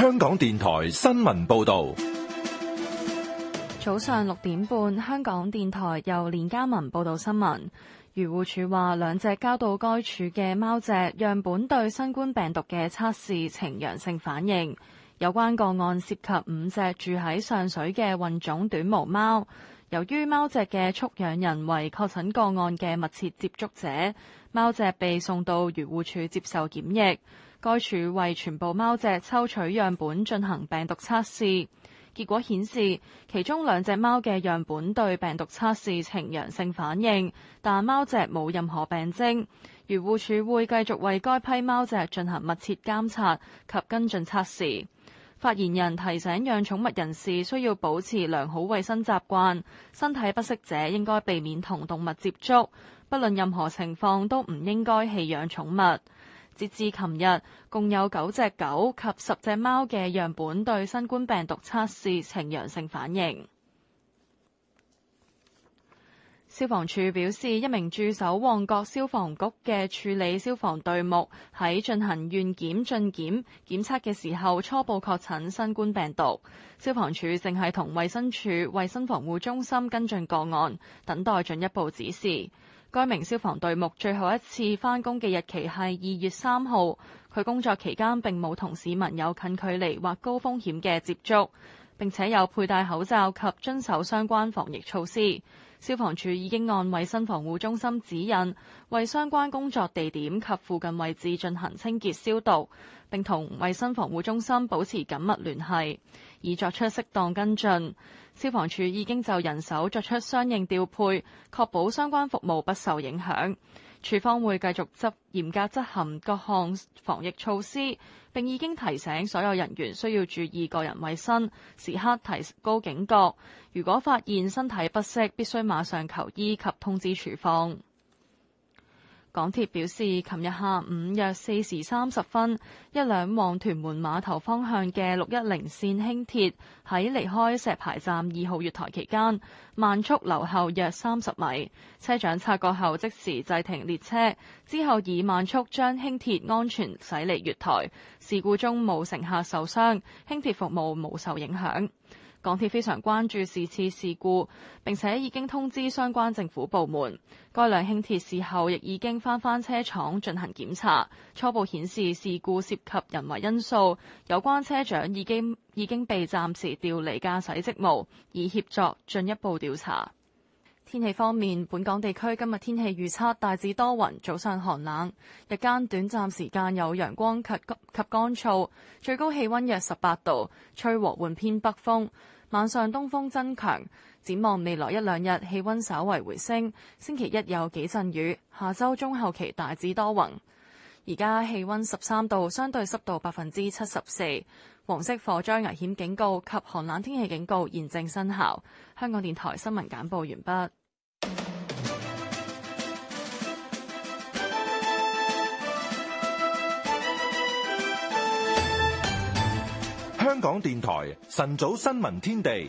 香港電台新聞報道。 早上6點半，香港電台由連嘉文報道新聞。漁護署話，2隻交到該處嘅貓隻樣本對新冠病毒嘅測試呈陽性反應。有關個案涉及5隻住喺上水嘅混種短毛貓。由於貓隻嘅畜養人為確診個案嘅密切接觸者，貓隻被送到漁護署接受檢疫。該處為全部貓隻抽取樣本進行病毒測試。結果顯示，其中2隻貓嘅樣本對病毒測試呈陽性反應，但貓隻冇任何病徵。漁護署會繼續為該批貓隻進行密切監察及跟進測試。發言人提醒養寵物人士需要保持良好衛生習慣，身體不適者應該避免同動物接觸，不論任何情況都唔應該棄養寵物。截至琴日，共有9隻狗及10隻貓嘅樣本對新冠病毒測試呈陽性反應。消防處表示，一名駐守旺角消防局嘅處理消防隊目喺進行願檢進檢檢測嘅時候初步確診新冠病毒。消防處正係同衛生署衛生防護中心跟進個案，等待進一步指示。該名消防隊目最後一次返工嘅日期係2月3號，佢工作期間並冇同市民有近距離或高風險嘅接觸，並且有佩戴口罩及遵守相關防疫措施。消防處已經按衛生防護中心指引，為相關工作地點及附近位置進行清潔消毒，並同衛生防護中心保持緊密聯繫，以作出適當跟進。消防處已經就人手作出相應調配，確保相關服務不受影響。處方會繼續嚴格執行各項防疫措施，並已經提醒所有人員需要注意個人衛生，時刻提高警覺。如果發現身體不適，必須馬上求醫及通知處方。港鐵表示，琴日下午約4時30分，一輛往屯門碼頭方向嘅610線輕鐵喺離開石排站2號月台期間，慢速留後約30米，車長察覺後即時制停列車，之後以慢速將輕鐵安全駛離月台。事故中冇乘客受傷，輕鐵服務冇受影響。港鐵非常關注是次事故，並且已經通知相關政府部門。該輛輕鐵事後亦已經返車廠進行檢查，初步顯示事故涉及人為因素，有關車長已經被暫時調離駕駛職務，以協助進一步調查。天氣方面，本港地區今日天氣預測大致多雲，早上寒冷，日間短暫時間有陽光及乾燥，最高氣溫約18度，吹和緩偏北風。晚上東風增強，展望未來1、2日氣溫稍為回升，星期一有幾陣雨，下周中後期大致多雲。而家氣溫13度，相對濕度74%，黃色火災危險警告及寒冷天氣警告現正生效。香港電台新聞簡報完畢。 香港電台晨早新聞天地，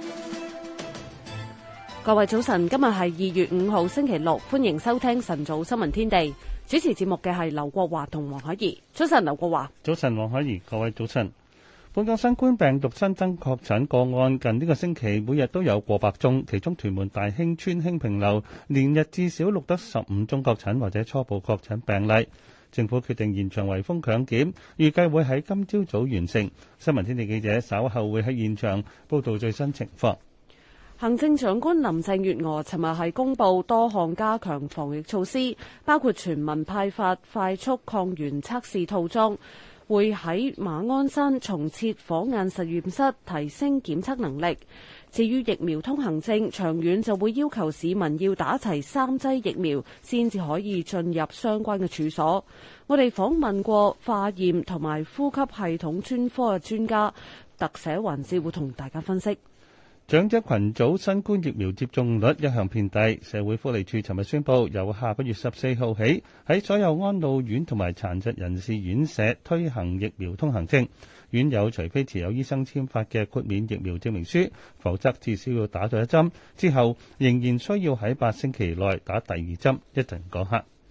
各位早晨，今日係2月5號星期六，歡迎收聽晨早新聞天地。主持節目嘅係劉國華同黃海怡。早晨，劉國華。 早晨，黃海怡。各位早晨。本港新冠病毒新增確診個案近呢個星期每日都有過百宗，其中屯門大興村興平樓連日至少錄得15宗確診或者初步確診病例。政府決定延長圍封強檢，預計會喺今朝早完成。新聞天地記者稍後會喺現場報道最新情況。 行政長官林鄭月娥尋日係公布多項加強防疫措施，包括全民派發快速抗原測試套裝，會喺馬鞍山重設火眼實驗室，提升檢測能力。至於疫苗通行證，長遠就會要求市民要打齊3劑疫苗，先至可以進入相關嘅處所。我哋訪問過化驗同埋呼吸系統專科嘅專家，特寫環節會同大家分析。 長者群組新冠疫苗接種率一向偏低，社會福利署尋日宣布，由下個月14號起，喺所有安老院同埋殘疾人士院舍推行疫苗通行證。院友除非持有醫生簽發嘅豁免疫苗證明書，否則至少要打咗1針，之後仍然需要喺8星期內打第2針。一陣講下。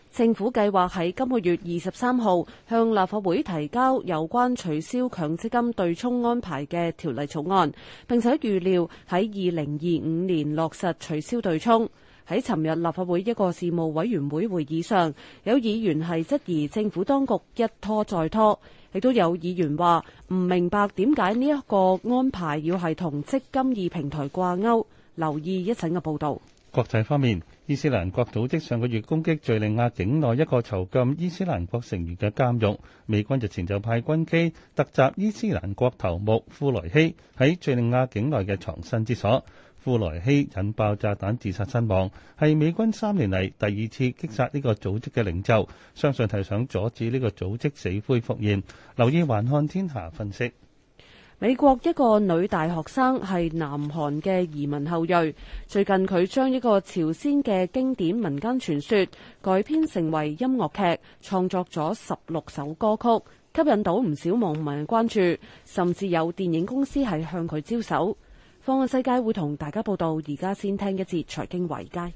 政府計劃喺今個月23號向立法會提交有關取消強積金對沖安排嘅條例草案，並且預料喺2025年落實取消對沖。喺尋日立法會一個事務委員會會議上，有議員係質疑政府當局一拖再拖，亦都有議員話唔明白點解呢一個安排要係同積金易平台掛鈎。留意一陣嘅報導。 國際方面，伊斯蘭國組織上個月攻擊敘利亞境內一個囚禁伊斯蘭國成員嘅監獄，美軍日前就派軍機突襲伊斯蘭國頭目庫萊希喺敘利亞境內嘅藏身之所。庫萊希引爆炸彈自殺身亡，係美軍3年嚟第2次擊殺呢個組織嘅領袖，相信係想阻止呢個組織死灰復燃。留意環看天下分析。 美國一個女大學生係南韓嘅移民後裔，最近佢將一個朝鮮嘅經典民間傳說改編成為音樂劇，創作咗16首歌曲，吸引到唔少網民關注，甚至有電影公司係向佢招手。放眼世界會同大家報道，而家先聽一節財經華爾街。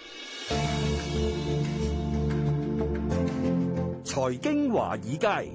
財經華爾街。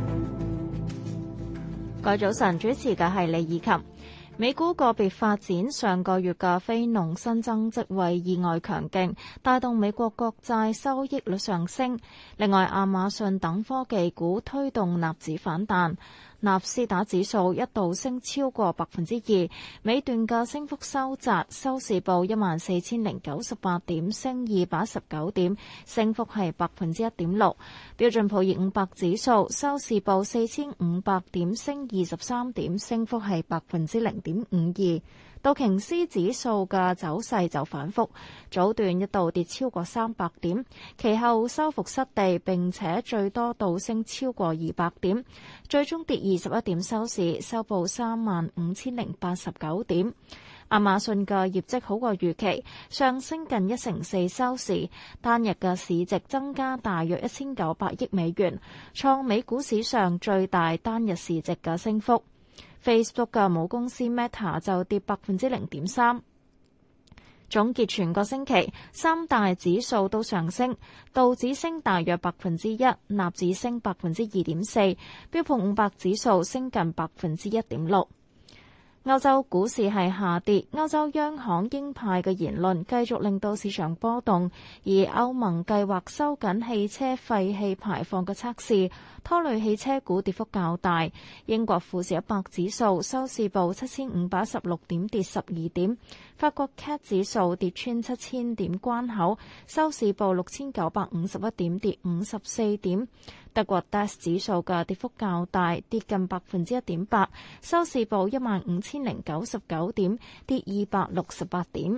各位早晨，主持嘅係李以琴。美股個別發展，上個月嘅非農新增職位意外強勁，帶動美國國債收益率上升。另外，亞馬遜等科技股推動納指反彈。納斯達指數一度升超過2%，尾段嘅升幅收窄，收市報14,098點，升219點，升幅係1.6%。標準普爾500指數收市報4,500點，升23點，升幅係0.52%。道瓊斯指數嘅走勢就反覆，早段一度跌超過300點，其後收復失地，並且最多倒升超過200點，最終跌21點收市，收報35,089點。亞馬遜嘅業績好過預期，上升近1成4收市，單日嘅市值增加大約1900億美元，創美股史上最大單日市值嘅升幅。Facebook 嘅母公司 Meta 就跌0.3%。總結全個星期，三大指數都上升，道指升大約1%，納指升2.4%，標普500指數升近1.6%。歐洲股市係下跌，歐洲央行鷹派嘅言論繼續令到市場波動，而歐盟計劃收緊汽車廢氣排放嘅測試，拖累汽車股跌幅較大。英國富時100指數收市報7,516點，跌12點。法國 CAC 指數跌穿7000點關口，收市報6951點，跌54點。德國 DAX 指數嘅跌幅較大，跌近1.8%，收市報15,099點，跌268點。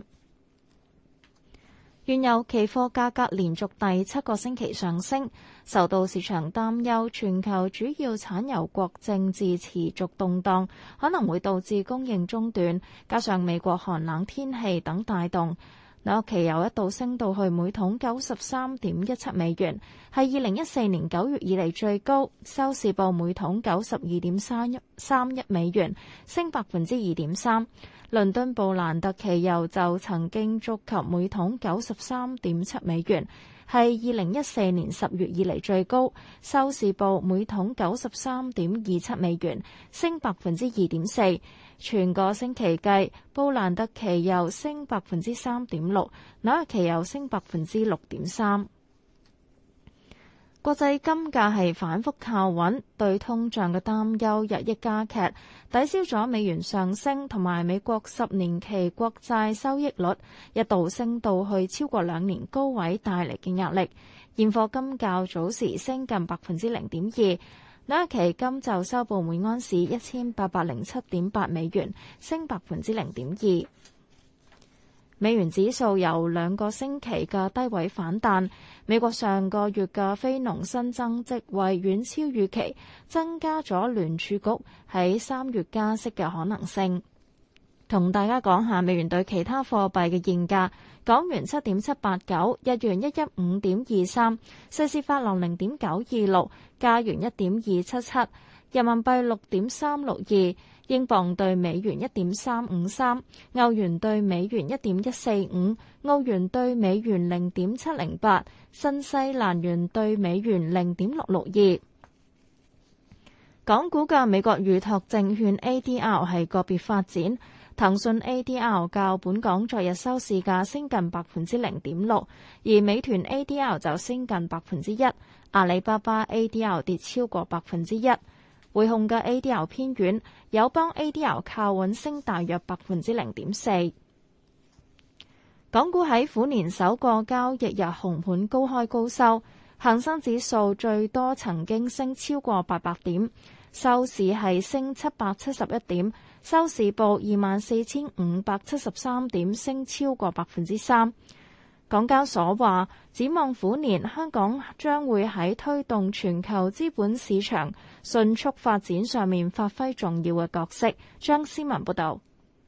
原油期貨價格連續第7個星期上升，受到市場擔憂全球主要產油國政治持續動盪，可能會導致供應中斷，加上美國寒冷天氣等帶動。紐約期油一度升到去每桶93.17美元，係2014年9月以嚟最高，收市報每桶92.31美元，升2.3%。倫敦布蘭特期油就曾經觸及每桶93.7美元，係2014年10月以嚟最高，收市報每桶93.27美元，升2.4%。全個星期計，布蘭特期油升3.6%，紐約期油升6.3%。國際金價係反覆靠穩，對通脹嘅擔憂日益加劇，抵消咗美元上升同埋美國10年期國債收益率一度升到去超過2年高位帶嚟嘅壓力。現貨金較早時升近0.2%。紐約期金就收報每盎司1807.8美元，升0.2%。美元指數由2個星期嘅低位反彈。美國上個月嘅非農新增職位遠超預期，增加咗聯儲局喺3月加息嘅可能性。同大家講下美元對其他貨幣嘅現價：港元7.789，日元115.23，瑞士法郎0.926，加元1.277，人民幣6.362， 英鎊對美元1.353，歐元對美元1.145，澳元對美元0.708，新西蘭元對美元0.662。港股嘅美國預託證券 ADR 係個別發展，騰訊 ADR 較本港昨日收市價升近0.6%，而美團 ADR 就升近1%，阿里巴巴 ADR 跌超過1%，匯控嘅 ADR 偏軟，友邦 ADR 靠穩升大約0.4%。港股喺虎年首個交易日紅盤高開高收，恒生指數最多曾經升超過800點，收市係升771點，收市報24,573點，升超過3%。港交所話，展望虎年，香港將會喺推動全球資本市場迅速發展上面發揮重要嘅角色。張思文報道。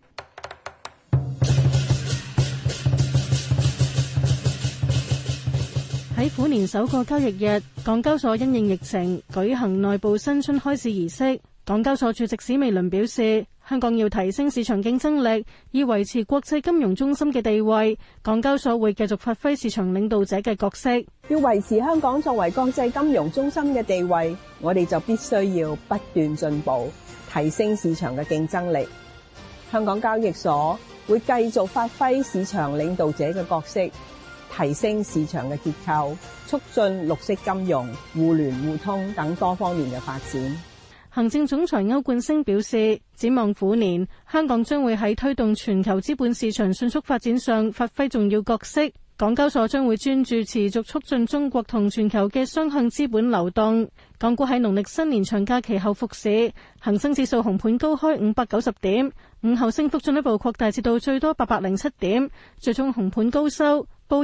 喺虎年首個交易日，港交所因應疫情舉行內部新春開市儀式。港交所主席史美倫表示，香港要提升市場競爭力，以維持國際金融中心嘅地位。港交所會繼續發揮市場領導者嘅角色。 要維持香港作為國際金融中心嘅地位，我哋就必須要不斷進步，提升市場嘅競爭力。香港交易所會繼續發揮市場領導者嘅角色，提升市場嘅結構，促進綠色金融、互聯互通等多方面嘅發展。 行政總裁歐冠昇表示，展望虎年，香港將會喺推動全球資本市場迅速發展上發揮重要角色。港交所將會專注持續促進中國同全球嘅雙向資本流動。港股喺農曆新年長假期後復市，恒生指數紅盤高開590點，午後升幅進一步擴大至到最多807點，最終紅盤高收，報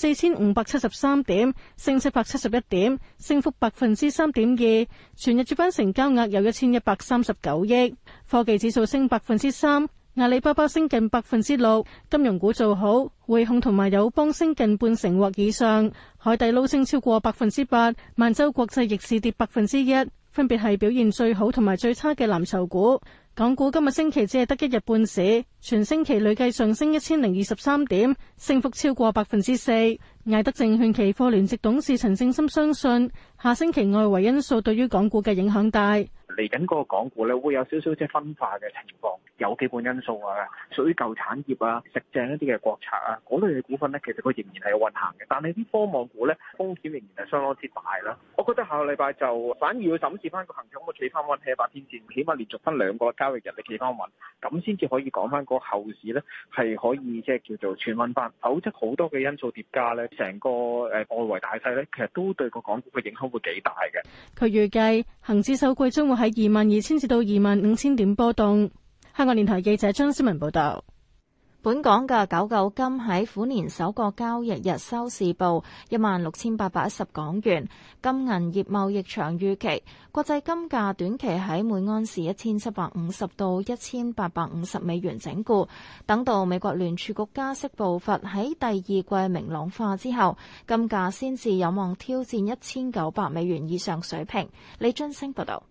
24,573點，升771點，升幅3.2%。全日主板成交額有1139億。科技指數升3%，阿里巴巴升近6%，金融股做好，匯控同埋友邦升近半成或以上，海底撈升超過8%，萬洲國際逆市跌1%，分別係表現最好同埋最差嘅藍籌股。港股今日星期只係得一日半市，全星期累計上升1023點，升幅超過4%。艾德證券期貨聯席董事陳正深相信，下星期外圍因素對於港股嘅影響大。 嚟緊個港股咧，會有少少即係分化嘅情況，有基本因素啊，屬於舊產業啊，食正一啲嘅國策啊，嗰類嘅股份咧，其實佢仍然係有運行嘅。但係啲科網股咧，風險仍然係相當之大啦。我覺得下個禮拜就反而要審視翻個行情，可唔可以企翻穩喺100天線，起碼連續分2個交易日你企翻穩，咁先至可以講翻個後市咧係可以即係叫做轉穩翻。否則好多嘅因素疊加咧，成個外圍大勢咧，其實都對個港股嘅影響會幾大嘅。 佢預計恒指首季將會喺22,000至到25,000點波動。香港電台記者張思文報道。 本港嘅99金喺虎年首個交易日收市報16,810港元。金銀業貿易場預期國際金價短期喺每安士1750到1850美元整固，等到美國聯儲局加息步伐喺第二季明朗化之後，金價先至有望挑戰1900美元以上水平。李津升報道。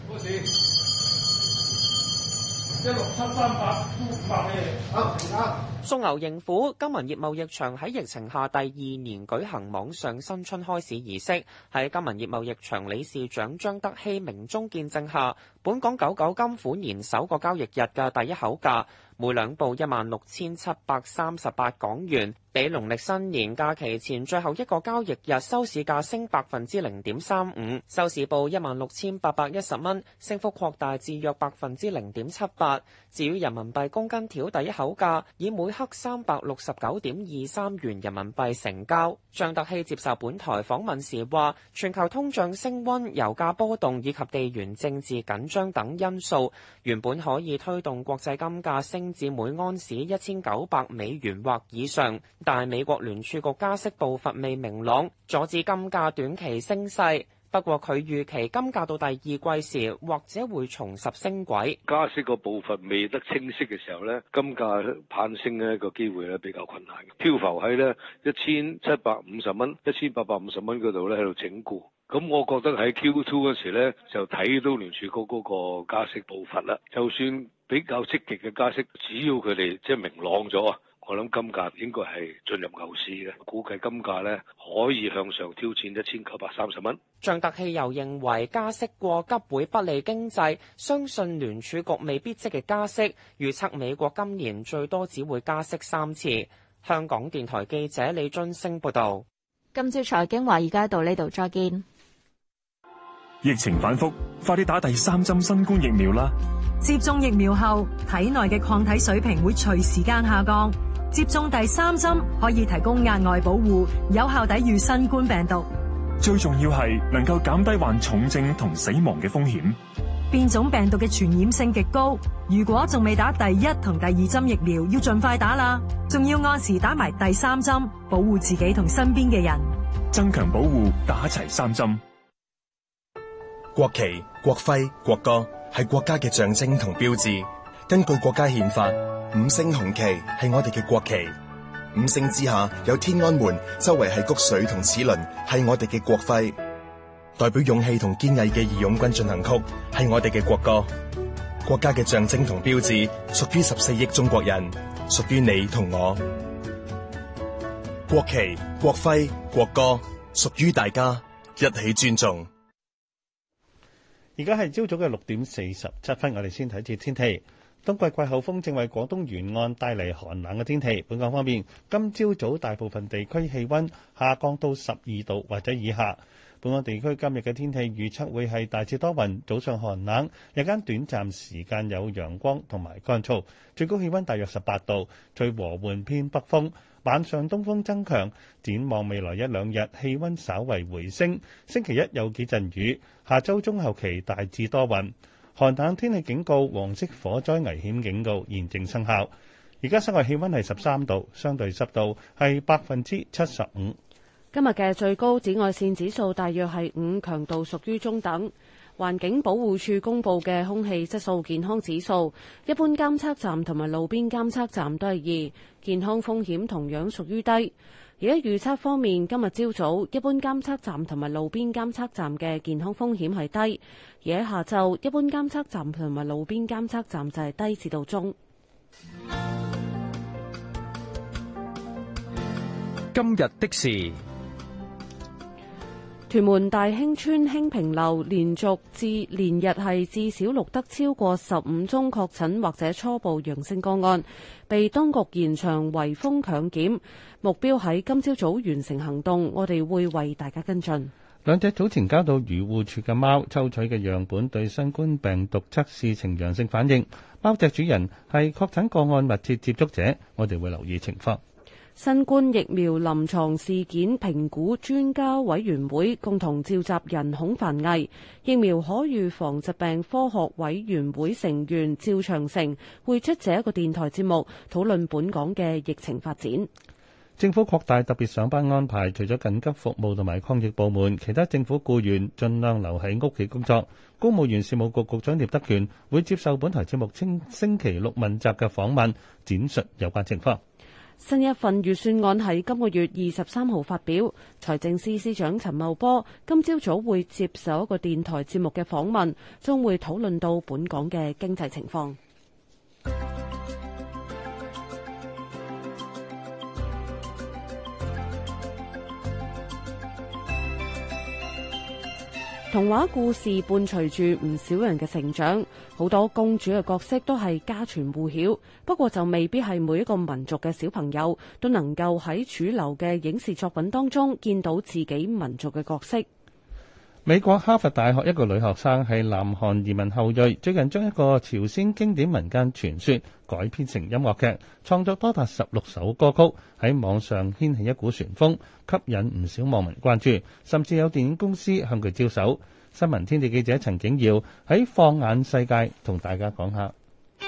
送牛迎虎，金銀業貿易場喺疫情下第2年舉行網上新春開市儀式。喺金銀業貿易場理事長張德熙明中見證下，本港99金虎年首個交易日嘅第一口價每兩報16,738港元，比農曆新年假期前最後一個交易日收市價升0.35%，收市報16,810蚊，升幅擴大至約0.78%。至於人民幣公斤條第一口價以每克369.23元人民幣成交。張德熙接受本台訪問時話，全球通脹升溫、油價波動以及地緣政治緊張等因素，原本可以推動國際金價升至每安士1900美元或以上，但係美國聯儲局加息步伐未明朗，阻止金價短期升勢。不過佢預期金價到第二季時，或者會重拾升軌。 加息個步伐未得清晰嘅時候咧，金價攀升呢個機會咧比較困難，漂浮喺咧1750蚊、1850蚊嗰度咧喺度整固。 咁我覺得喺 Q2 嗰時咧，就睇到聯儲局嗰個加息步伐啦。就算比較積極嘅加息，只要佢哋即係明朗咗啊，我諗金價應該係進入牛市嘅。估計金價咧可以向上挑戰1930蚊。 張德熙又認為加息過急會不利經濟，相信聯儲局未必積極加息，預測美國今年最多只會加息3次。香港電台記者李津升報導。 今朝財經華爾街到呢度再見。 疫情反覆，快啲打第3針新冠疫苗啦！ 接種疫苗後，體內嘅抗體水平會隨時間下降。接種第3針可以提供額外保護，有效抵禦新冠病毒。 最重要係能夠減低患重症同死亡嘅風險。 變種病毒嘅傳染性極高，如果仲未打第1同第2針疫苗，要盡快打啦。仲要按時打埋第3針，保護自己同身邊嘅人。 增強保護，打齊3針。 國旗、國徽、國歌係國家嘅象徵同標誌。根據國家憲法，5星紅旗係我哋嘅國旗。5星之下有天安門，周圍係穀穗同齒輪，係我哋嘅國徽。代表勇氣同堅毅嘅義勇軍進行曲係我哋嘅國歌。國家嘅象徵同標誌屬於14億中國人，屬於你同我。國旗、國徽、國歌屬於大家，一起尊重。 而家係朝早嘅6:47，我哋先睇次天氣。冬季季候風正為廣東沿岸帶嚟寒冷嘅天氣。本港方面，今朝早大部分地區氣溫下降到12度或者以下。本港地區今日嘅天氣預測會係大致多雲，早上寒冷，日間短暫時間有陽光同埋乾燥，最高氣溫大約18度，吹和緩偏北風。晚上東風增強，展望未來1、2日氣溫稍為回升。星期一有幾陣雨，下週中後期大致多雲。寒冷天氣警告、黃色火災危險警告現正生效。而家室外氣溫係13度，相對濕度係75%。 今日嘅最高紫外線指數大約係5，強度屬於中等。環境保護署公布嘅空氣質素健康指數，一般監測站同埋路邊監測站都係2，健康風險同樣屬於低。而喺預測方面，今日朝早一般監測站同埋路邊監測站嘅健康風險係低，而喺下晝一般監測站同埋路邊監測站就係低至到中。 今日的事。 屯門大興村興平樓連日係至少錄得超過15宗確診或者初步陽性個案，被當局延長圍封強檢，目標喺今朝早完成行動。我哋會為大家跟進。 兩隻早前交到漁護署嘅貓抽取嘅樣本對新冠病毒測試呈陽性反應，貓隻主人係確診個案密切接觸者，我哋會留意情況。 新冠疫苗臨床事件評估專家委員會共同召集人孔繁毅、疫苗可預防疾病科學委員會成員趙長成會出席一個電台節目，討論本港嘅疫情發展。 政府擴大特別上班安排，除咗緊急服務同埋抗疫部門，其他政府僱員盡量留喺屋企工作。公務員事務局局長聶德權會接受本台節目星期六問責嘅訪問，展述有關情況。 新一份預算案喺今個月23號發表，財政司司長陳茂波今朝早會接受一個電台節目嘅訪問，將會討論到本港嘅經濟情況。童話故事伴隨住唔少人嘅成長，好多公主嘅角色都係家傳戶曉。不過就未必係每一個民族嘅小朋友都能夠喺主流嘅影視作品當中見到自己民族嘅角色。 美國哈佛大學一個女學生係南韓移民後裔，最近將一個朝鮮經典民間傳說改編成音樂劇，創作多達16首歌曲，喺網上掀起一股旋風，吸引唔少網民關注，甚至有電影公司向佢招手。新聞天地記者陳景耀喺放眼世界同大家講下。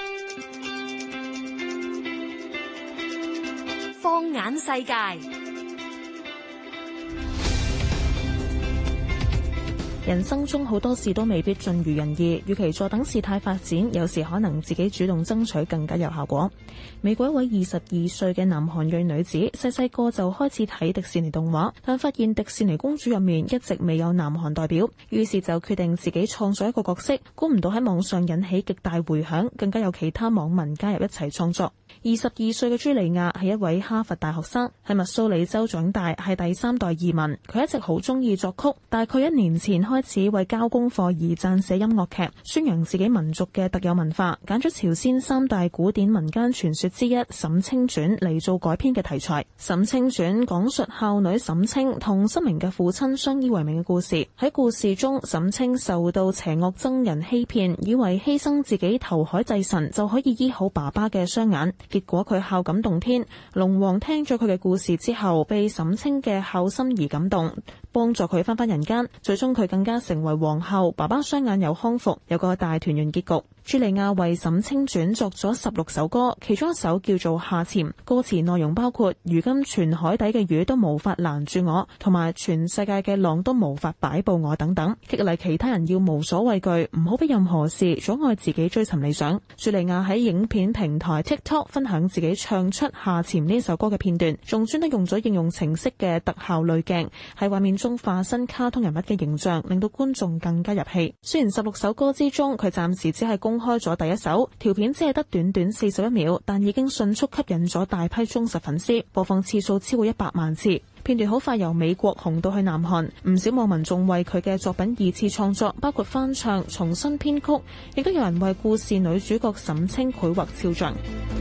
放眼世界。 人生中好多事都未必盡如人意，與其坐等事態發展，有時可能自己主動爭取更加有效果。美國一位22歲嘅南韓裔女子，細細個就開始睇迪士尼動畫，但發現迪士尼公主入面一直未有南韓代表，於是就決定自己創作一個角色，估唔到喺網上引起極大迴響，更加有其他網民加入一齊創作。22歲嘅茱莉亞係一位哈佛大學生，喺密蘇里州長大，係第3代移民。佢一直好中意作曲，大概1年前開始為交功課而撰寫音樂劇，宣揚自己民族嘅特有文化，揀咗朝鮮3大古典民間傳說之一《沈清傳》嚟做改編嘅題材。《沈清傳》講述孝女沈清同失明嘅父親相依為命嘅故事。喺故事中，沈清受到邪惡僧人欺騙，以為犧牲自己投海祭神就可以醫好爸爸嘅雙眼。結果佢孝感動天，龍王聽咗佢嘅故事之後，被沈清嘅孝心而感動，幫助佢翻人間。最終佢更加成為皇后，爸爸雙眼又康復，有個大團圓結局。茱莉亞為《沈清傳》作咗16首歌，其中一首叫做《下潛》，歌詞內容包括如今全海底嘅魚都無法攔住我，同埋全世界嘅浪都無法擺佈我等等，激勵其他人要無所畏懼，唔好俾任何事阻礙自己追尋理想。茱莉亞喺影片平台 TikTok 分享自己唱出《下潛》呢首歌嘅片段，仲專登用咗應用程式嘅特效濾鏡，喺畫面中化身卡通人物嘅形象，令到觀眾更加入戲。雖然16首歌之中，佢暫時只係公開咗第1首，條片只係得短短41秒，但已經迅速吸引咗大批忠實粉絲，播放次數超過100萬次。片段好快由美國紅到去南韓，唔少網民仲為佢嘅作品2次創作，包括翻唱、重新編曲，亦都有人為故事女主角沈清繪畫肖像。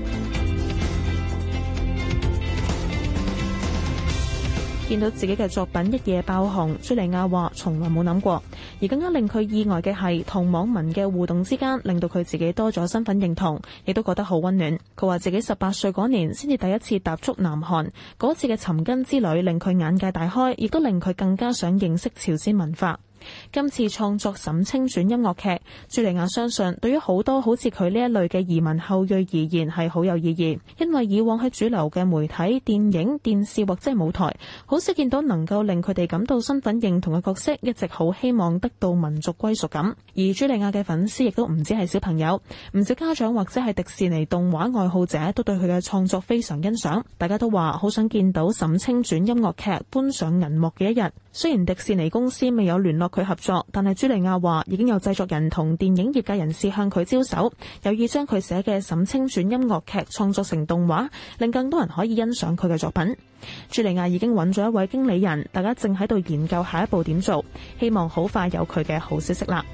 見到自己嘅作品一夜爆紅，茱莉亞話從來冇諗過，而更加令佢意外嘅係同網民嘅互動之間，令到佢自己多咗身份認同，亦都覺得好溫暖。佢話自己18歲嗰年先至第一次踏足南韓，嗰次嘅尋根之旅令佢眼界大開，亦都令佢更加想認識朝鮮文化。今次創作《沈清傳》音樂劇，茱莉亞相信對於好多好似佢呢一類嘅移民後裔而言係好有意義，因為以往喺主流嘅媒體、電影、電視或者係舞台，好少見到能夠令佢哋感到身份認同嘅角色，一直好希望得到民族歸屬感。而茱莉亞嘅粉絲亦都唔止係小朋友，唔少家長或者係迪士尼動畫愛好者都對佢嘅創作非常欣賞，大家都話好想見到《沈清傳》音樂劇搬上銀幕嘅一日。雖然迪士尼公司未有聯絡佢合作，但係茱莉亞話已經有製作人同電影業界人士向佢招手，有意將佢寫嘅《沈清傳》音樂劇創作成動畫，令更多人可以欣賞佢嘅作品。茱莉亞已經揾咗一位經理人，大家正喺度研究下一步點做，希望好快有佢嘅好消息啦。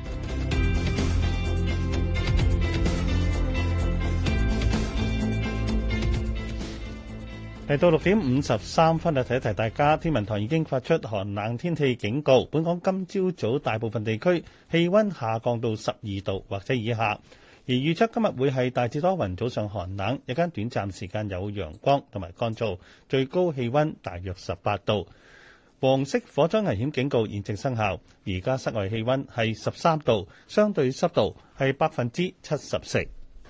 嚟到6點53分，提一提大家，天文台已經發出寒冷天氣警告。本港今朝早大部分地區氣溫下降到12度或者以下，而預測今日會係大致多雲，早上寒冷，日間短暫時間有陽光同埋乾燥，最高氣溫大約18度。黃色火災危險警告現正生效。而家室外氣溫係13度，相對濕度係74%。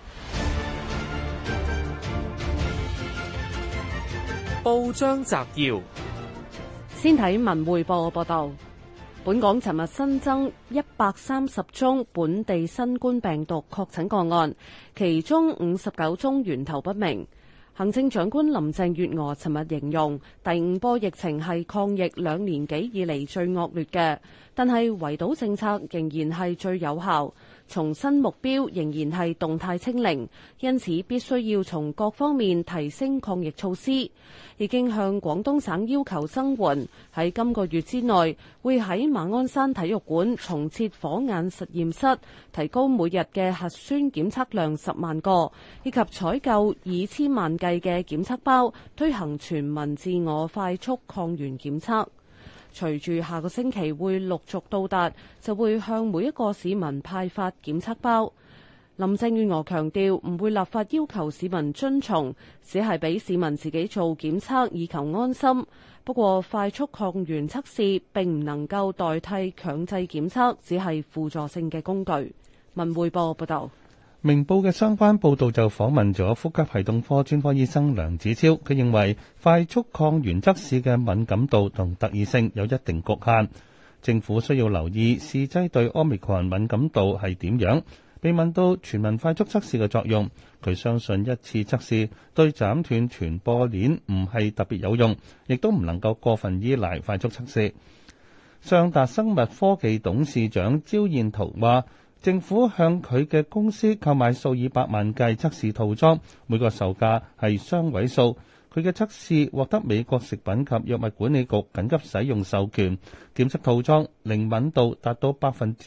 報章摘要： 先睇文匯報報道，本港尋日新增130宗本地新冠病毒確診個案，其中59宗源頭不明。行政長官林鄭月娥尋日形容，第5波疫情係抗疫2年幾以嚟最惡劣嘅，但係圍堵政策仍然係最有效。重申目標仍然係動態清零，因此必須要從各方面提升抗疫措施。已經向廣東省要求增援，喺今個月之內會喺馬鞍山體育館重設火眼實驗室，提高每日嘅核酸檢測量10萬個，以及採購以千萬計嘅檢測包，推行全民自我快速抗原檢測。隨住下個星期會陸續到達，就會向每一個市民派發檢測包。林鄭月娥強調唔會立法要求市民遵從，只係俾市民自己做檢測以求安心。不過快速抗原測試並唔能夠代替強制檢測，只係輔助性嘅工具。文匯報報道。 明報嘅相關報導就訪問咗呼吸系統科專科醫生梁子超，佢認為快速抗原測試嘅敏感度同特異性有一定局限。 政府需要留意試劑對 Omicron 敏感度係點樣。被問到全民快速測試嘅作用，佢相信一次測試對斬斷傳播鏈唔係特別有用，亦都唔能夠過分依賴快速測試。尚達生物科技董事長招彥燾話，政府向佢嘅公司購買數以百萬計測試套裝，每個售價係雙位數。佢嘅測試獲得美國食品及藥物管理局緊急使用授權，檢測套裝靈敏度達到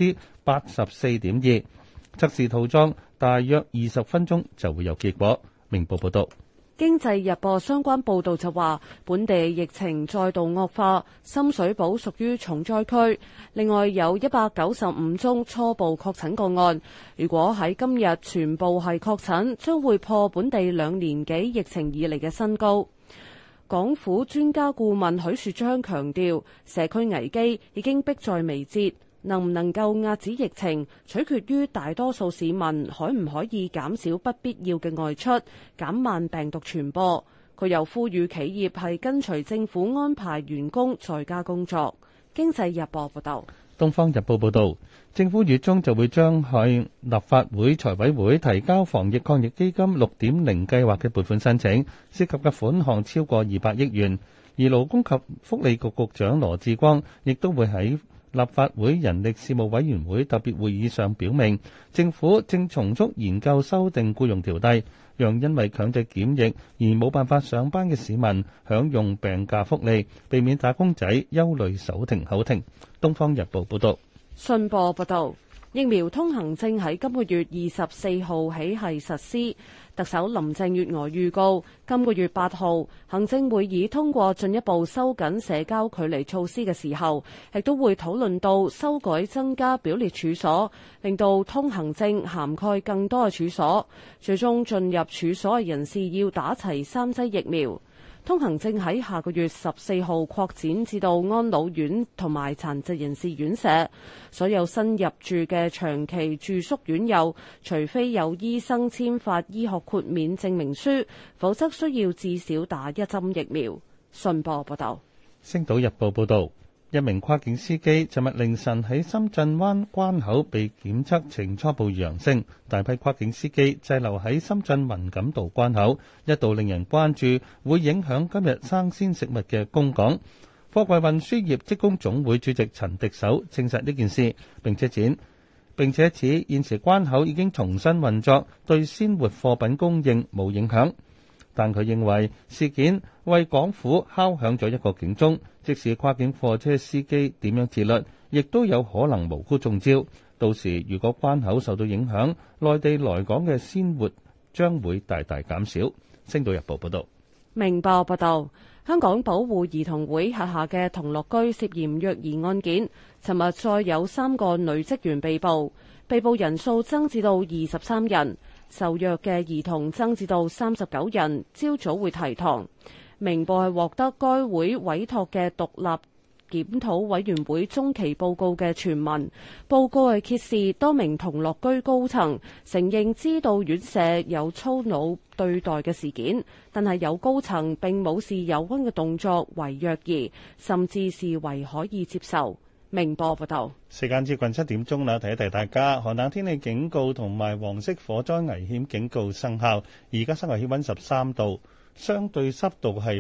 84.2%。測試套裝大約20分鐘就會有結果。明報報道。 經濟日報相關報導就話，本地疫情再度惡化，深水埗屬於重災區。另外有195宗初步確診個案，如果喺今日全部係確診，將會破本地2年幾疫情以嚟嘅新高。港府專家顧問許樹昌強調，社區危機已經迫在眉睫。能唔能夠壓止疫情，取決於大多數市民可唔可以減少不必要嘅外出，減慢病毒傳播。佢又呼籲企業係跟隨政府安排員工在家工作。經濟日報報道。 東方日報報道，政府月中就會將向立法會財委會提交防疫抗疫基金 6.0 計劃嘅撥款申請，涉及嘅款項超過200億元。而勞工及福利局局長羅致光亦都會喺立法會人力事務委員會特別會議上表明，政府正從速研究修訂僱傭條例，讓因為強制檢疫而冇辦法上班嘅市民享用病假福利，避免打工仔憂慮手停口停。東方日報報道。 信報報道，疫苗通行證喺今個月24號起係實施。特首林鄭月娥預告，今個月8號行政會議通過進一步收緊社交距離措施嘅時候，亦都會討論到修改增加表列處所，令到通行證涵蓋更多嘅處所。最終進入處所嘅人士要打齊3劑疫苗。通行證喺下個月14號擴展至到安老院同埋殘疾人士院舍，所有新入住嘅長期住宿院友，除非有醫生簽發醫學豁免證明書，否則需要至少打1針疫苗。信報報道。 星島日報報道，一名跨境司機尋日凌晨喺深圳灣關口被檢測呈初步陽性，大批跨境司機滯留喺深圳文錦渡關口，一度令人關注會影響今日生鮮食物嘅供港。貨櫃運輸業職工總會主席陳迪手證實呢件事，並且指現時關口已經重新運作，對鮮活貨品供應冇影響。但佢認為事件為港府敲響咗一個警鐘，即使跨境貨車司機點樣自律，亦都有可能無辜中招。到時如果關口受到影響，內地來港嘅鮮活將會大大減少。星島日報報道。 明報報道，香港保護兒童會轄下嘅童樂居涉嫌虐兒案件，尋日再有3個女職員被捕，被捕人數增至到23人。受虐嘅兒童增至到39人，朝早會提堂。明報係獲得該會委託嘅獨立檢討委員會中期報告嘅傳聞，報告係揭示多名童樂居高層承認知道院舍有粗魯對待嘅事件，但係有高層並冇視有關嘅動作為虐兒，甚至視為可以接受。明報報道。 時間接近7點鐘啦，提一提大家，寒冷天氣警告同埋黃色火災危險警告生效。而家室外氣溫13度，相對濕度係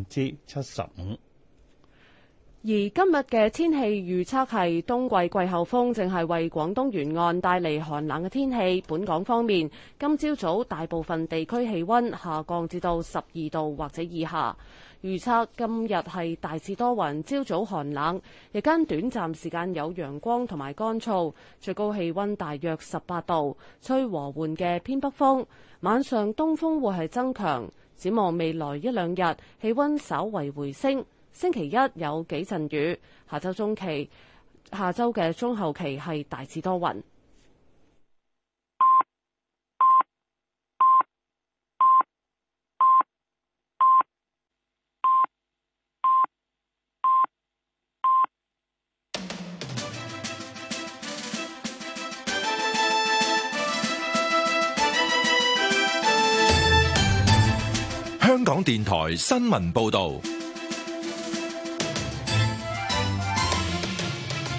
75%。 而今日嘅天氣預測係冬季季候風正係為廣東沿岸帶嚟寒冷嘅天氣。本港方面，今朝早大部分地區氣溫下降至到12度或者以下。預測今日係大致多雲，朝早寒冷，日間短暫時間有陽光同埋乾燥，最高氣溫大約18度，吹和緩嘅偏北風。晚上東風會係增強。展望未來1、2日，氣溫稍為回升。星期一有幾陣雨，下周嘅中後期係大致多雲。 香港電台新聞報道。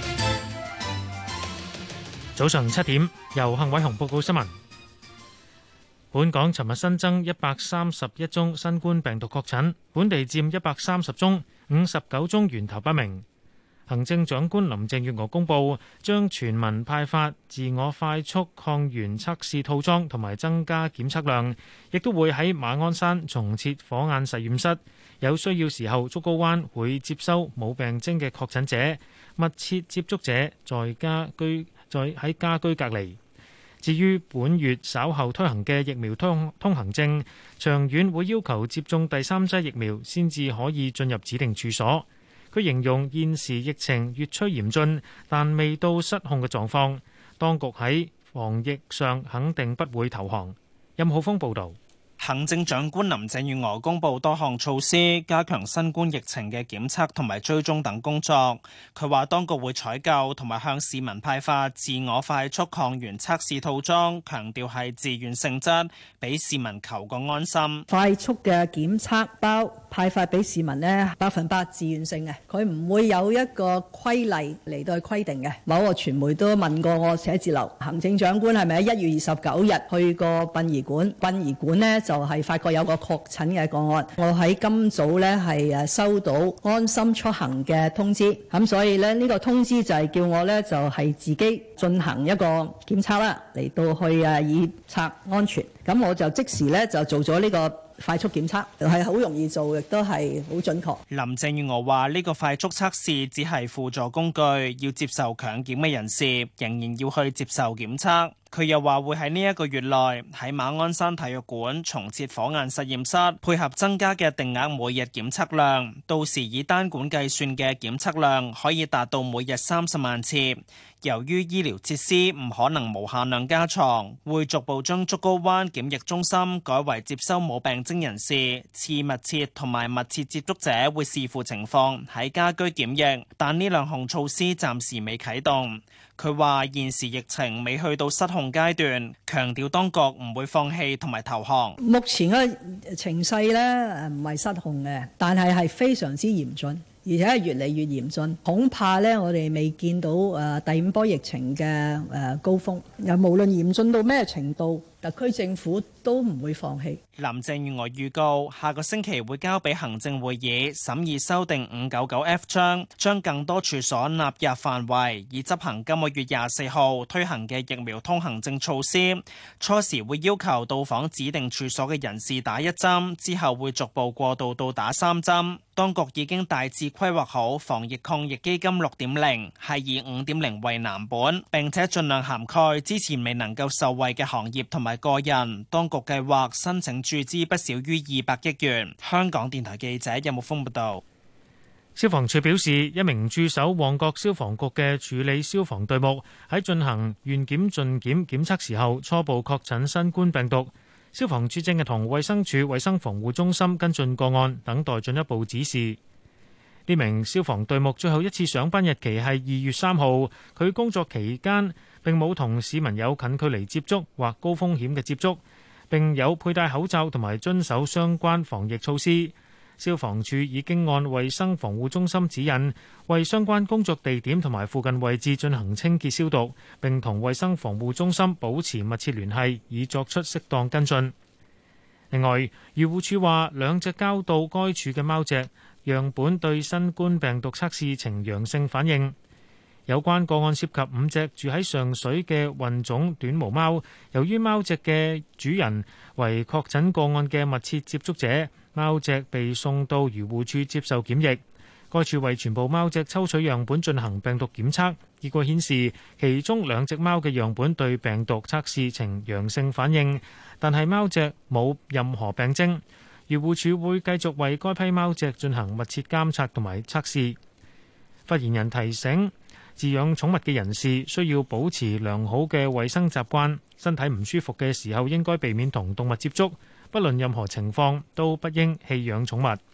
早上7點，由幸偉雄報告新聞。本港尋日新增131宗新冠病毒確診，本地佔130宗，59宗源頭不明。行政長官林鄭月娥公布，將全民派發自我快速抗原測試套裝同埋增加檢測量，亦都會喺馬鞍山重設火眼實驗室。有需要時候，竹篙灣會接收冇病徵嘅確診者、密切接觸者喺家居隔離。至於本月稍後推行嘅疫苗通行證，長遠會要求接種第3劑疫苗先至可以進入指定處所。佢形容現時疫情越趨嚴峻，但未到失控嘅狀況。當局喺防疫上肯定不會投降。任浩峰報導。 行政長官林鄭月娥公布多項措施，加強新冠疫情嘅檢測同埋追蹤等工作。佢話當局會採購同埋向市民派發自我快速抗原測試套裝，強調係自願性質，俾市民求個安心。 快速嘅檢測包派發俾市民呢，100%自願性嘅，佢唔會有一個規例嚟到去規定嘅。某個傳媒都問過我寫字樓行政長官係咪喺1月29日去過殯儀館？殯儀館呢就係發覺有個確診嘅個案。我喺今早呢係收到安心出行嘅通知，咁所以呢個通知就係叫我呢就係自己進行一個檢測啦，嚟到去以測安全。咁我就即時呢就做咗呢個快速檢測，係好容易做，亦都係好準確。 林鄭月娥話呢個快速測試只係輔助工具，要接受強檢嘅人士仍然要去接受檢測。佢又話會喺呢一個月內喺馬鞍山體育館重設火眼實驗室，配合增加嘅定額每日檢測量，到時以單管計算嘅檢測量可以達到每日30萬次。由於醫療設施唔可能無限量加床，會逐步將竹篙灣檢疫中心改為接收冇病徵人士，次密切同埋密切接觸者會視乎情況喺家居檢疫，但呢兩項措施暫時未啟動。佢話現時疫情未去到失控階段，強調當局唔會放棄同埋投降。目前嘅情勢呢唔係失控嘅，但係非常之嚴峻，而且係越嚟越嚴峻。恐怕呢我哋未見到第5波疫情嘅高峰。又無論嚴峻到咩程度，特區政府都唔會放棄。林鄭月娥預告，下個星期會交俾行政會議審議修訂599F 章，將更多處所納入範圍，以執行今個月24號推行嘅疫苗通行證措施。初時會要求到訪指定處所嘅人士打1針，之後會逐步過渡到打3針。當局已經大致規劃好防疫抗疫基金 6.0， 係以 5.0 為藍本，並且盡量涵蓋之前未能夠受惠嘅行業同埋個人。當局計劃申請注資不少於200億元。香港電台記者任木峰報道。 消防處表示，一名駐守旺角消防局嘅處理消防隊目喺進行願檢盡檢檢測時候初步確診新冠病毒。消防處正係同衛生署衛生防護中心跟進個案，等待進一步指示。呢名消防隊目最後一次上班日期係2月3號，佢工作期間並冇同市民有近距離接觸或高風險嘅接觸，並有佩戴口罩同埋遵守相關防疫措施。消防處已經按衛生防護中心指引，為相關工作地點同埋附近位置進行清潔消毒，並同衛生防護中心保持密切聯繫，以作出適當跟進。另外，漁護署話2隻交到該處嘅貓隻樣本對新冠病毒測試呈陽性反應。有關個案涉及5隻住喺上水嘅混種短毛貓，由於貓隻嘅主人為確診個案嘅密切接觸者，貓隻被送到漁護署接受檢疫。該處為全部貓隻抽取樣本進行病毒檢測，結果顯示其中2隻貓嘅樣本對病毒測試呈陽性反應，但係貓隻冇任何病徵。漁護署會繼續為該批貓隻進行密切監察同埋測試。發言人提醒，飼養寵物嘅人士需要保持良好嘅衛生習慣，身體唔舒服嘅時候應該避免同動物接觸，不論任何情況都不應棄養寵物。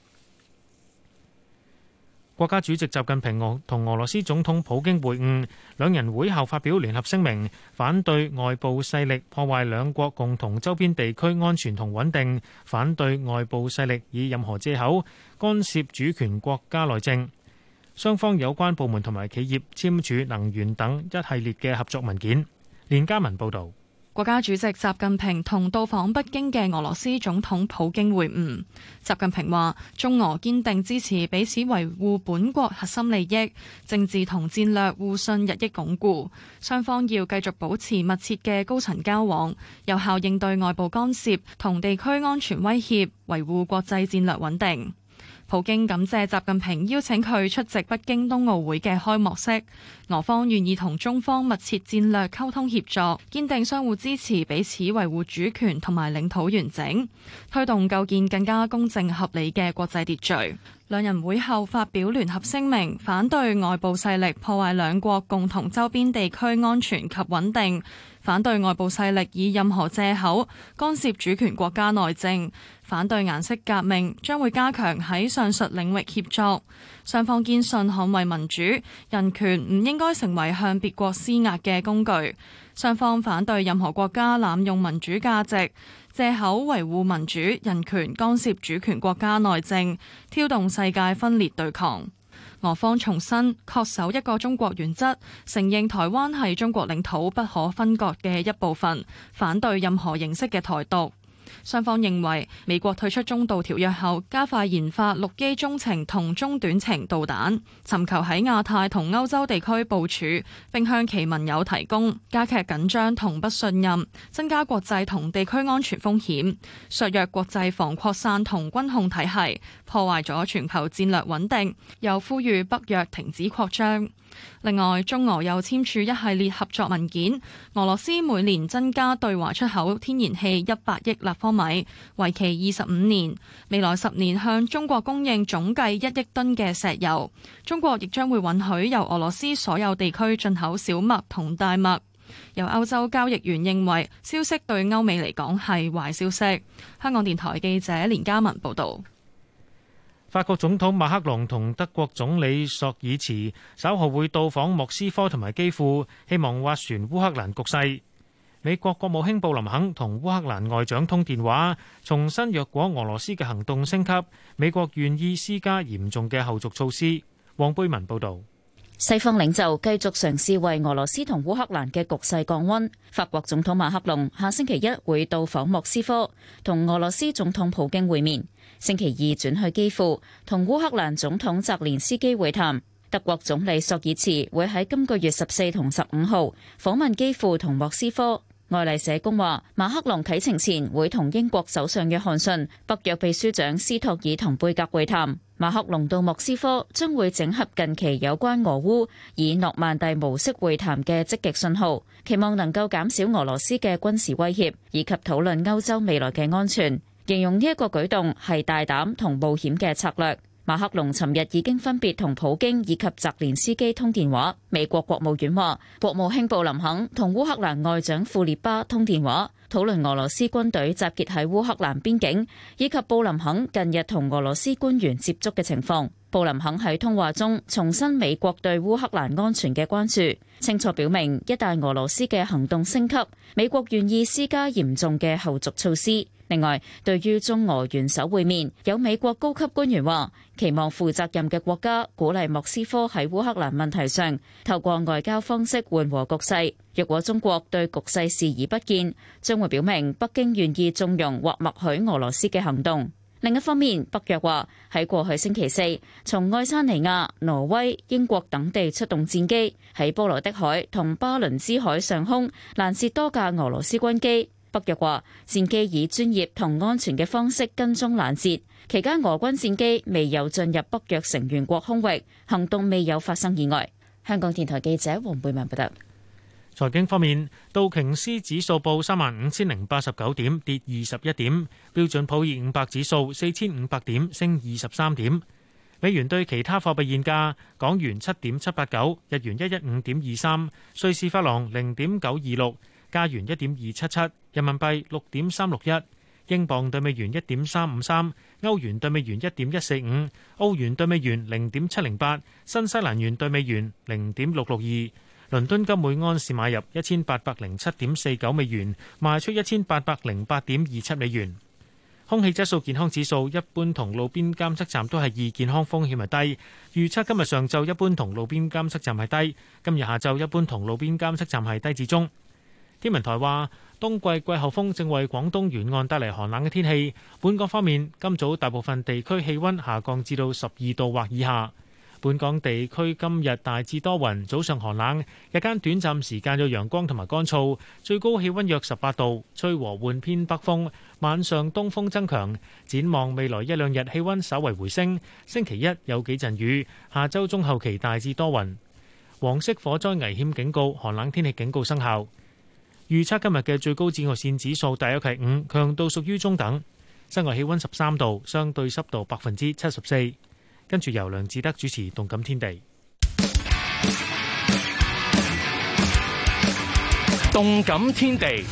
國家主席習近平同俄羅斯總統普京會晤，兩人會後發表聯合聲明，反對外部勢力破壞兩國共同周邊地區安全同穩定，反對外部勢力以任何藉口干涉主權國家內政。雙方有關部門同埋企業簽署能源等一系列嘅合作文件。 連家文報導。 國家主席習近平同到訪北京嘅俄羅斯總統普京會晤。習近平話：中俄堅定支持彼此維護本國核心利益，政治同戰略互信日益鞏固。雙方要繼續保持密切嘅高層交往，有效應對外部干涉同地區安全威脅，維護國際戰略穩定。普京感謝習近平邀請佢出席北京冬奧會嘅開幕式，俄方願意同中方密切戰略溝通協作，堅定相互支持彼此維護主權同埋領土完整，推動構建更加公正合理嘅國際秩序。兩人會後發表聯合聲明，反對外部勢力破壞兩國共同周邊地區安全及穩定，反對外部勢力以任何藉口干涉主權國家內政，反對顏色革命，將會加強喺上述領域協作。雙方堅信捍衛民主、人權唔應該成為向別國施壓嘅工具。雙方反對任何國家濫用民主價值，藉口維護民主、人權，干涉主權國家內政，挑動世界分裂對抗。俄方重申恪守一個中國原則，承認台灣係中國領土不可分割嘅一部分，反對任何形式嘅台獨。雙方認為美國退出中導條約後，加快研發陸基中程同中短程導彈，尋求喺亞太同歐洲地區部署，並向其盟友提供，加劇緊張同不信任，增加國際同地區安全風險，削弱國際防擴散同軍控體系，破壞咗全球戰略穩定，又呼籲北約停止擴張。另外，中俄又簽署一系列合作文件，俄羅斯每年增加對華出口天然氣100億立方米，為期25年，未來10年向中國供應總計1億噸嘅石油。中國亦將會允許由俄羅斯所有地區進口小麥同大麥。有歐洲交易員認為，消息對歐美嚟講係壞消息。香港電台記者連嘉文報導。 法國總統馬克龍同德國總理朔爾茨稍後會到訪莫斯科同埋基輔，希望斡旋烏克蘭局勢。美國國務卿布林肯同烏克蘭外長通電話，重申若果俄羅斯嘅行動升級，美國願意施加嚴重嘅後續措施。黃貝文報導。 西方領袖繼續嘗試為俄羅斯同烏克蘭嘅局勢降溫。法國總統馬克龍下星期一會到訪莫斯科，同俄羅斯總統普京會面。星期二轉去基輔，同烏克蘭總統澤連斯基會談。德國總理朔爾茨會喺今個月14同15號訪問基輔同莫斯科。愛麗舍宮話，馬克龍啟程前會同英國首相約翰遜、北約秘書長斯托爾滕貝格會談。馬克龍到莫斯科將會整合近期有關俄烏以諾曼第模式會談嘅積極信號，期望能夠減少俄羅斯嘅軍事威脅，以及討論歐洲未來嘅安全。形容呢一個舉動係大膽同冒險嘅策略。馬克龍尋日已經分別同普京以及澤連斯基通電話。美國國務院話，國務卿布林肯同烏克蘭外長庫列巴通電話，討論俄羅斯軍隊集結喺烏克蘭邊境，以及布林肯近日同俄羅斯官員接觸嘅情況。布林肯喺通話中重申美國對烏克蘭安全嘅關注，清楚表明一旦俄羅斯嘅行動升級，美國願意施加嚴重嘅後續措施。另外，對於中俄元首會面，有美國高級官員話，期望負責任嘅國家鼓勵莫斯科喺烏克蘭問題上透過外交方式緩和局勢。若果中國對局勢視而不見，將會表明北京願意縱容或默許俄羅斯嘅行動。另一方面，北約話喺過去星期四，從愛沙尼亞、挪威、英國等地出動戰機，喺波羅的海同巴倫支海上空攔截多架俄羅斯軍機。北約話戰機以專業同安全嘅方式跟蹤攔截，期間俄軍戰機未有進入北約成員國空域，行動未有發生意外。香港電台記者黃貝文報道。 財經方面，道瓊斯指數報35,089點，跌21點；標準普爾500指數4,500點，升23點。美元對其他貨幣現價：港元7.789，日元115.23，瑞士法郎0.926。加元1.277，人民幣6.361，英鎊對美元1.353，歐元對美元1.145，澳元對美元0.708，新西蘭元對美元0.662。倫敦金每安士買入1807.49美元，賣出1808.27美元。空氣質素健康指數一般同路邊監測站都係2，健康風險係低。預測今日上晝一般同路邊監測站係低，今日下晝一般同路邊監測站係低至中。 天文台話，冬季季候風正為廣東沿岸帶嚟寒冷嘅天氣。本港方面，今早大部分地區氣溫下降至到12度或以下。本港地區今日大致多雲，早上寒冷，日間短暫時間有陽光同埋乾燥，最高氣溫約18度，吹和緩偏北風，晚上東風增強。展望未來一兩日氣溫稍為回升，星期一有幾陣雨，下週中後期大致多雲。黃色火災危險警告、寒冷天氣警告生效。預測今日嘅最高紫外線指數大約係5，強度屬於中等。室外氣溫13度，相對濕度74%。跟住由梁志德主持《動感天地》。 動感天地，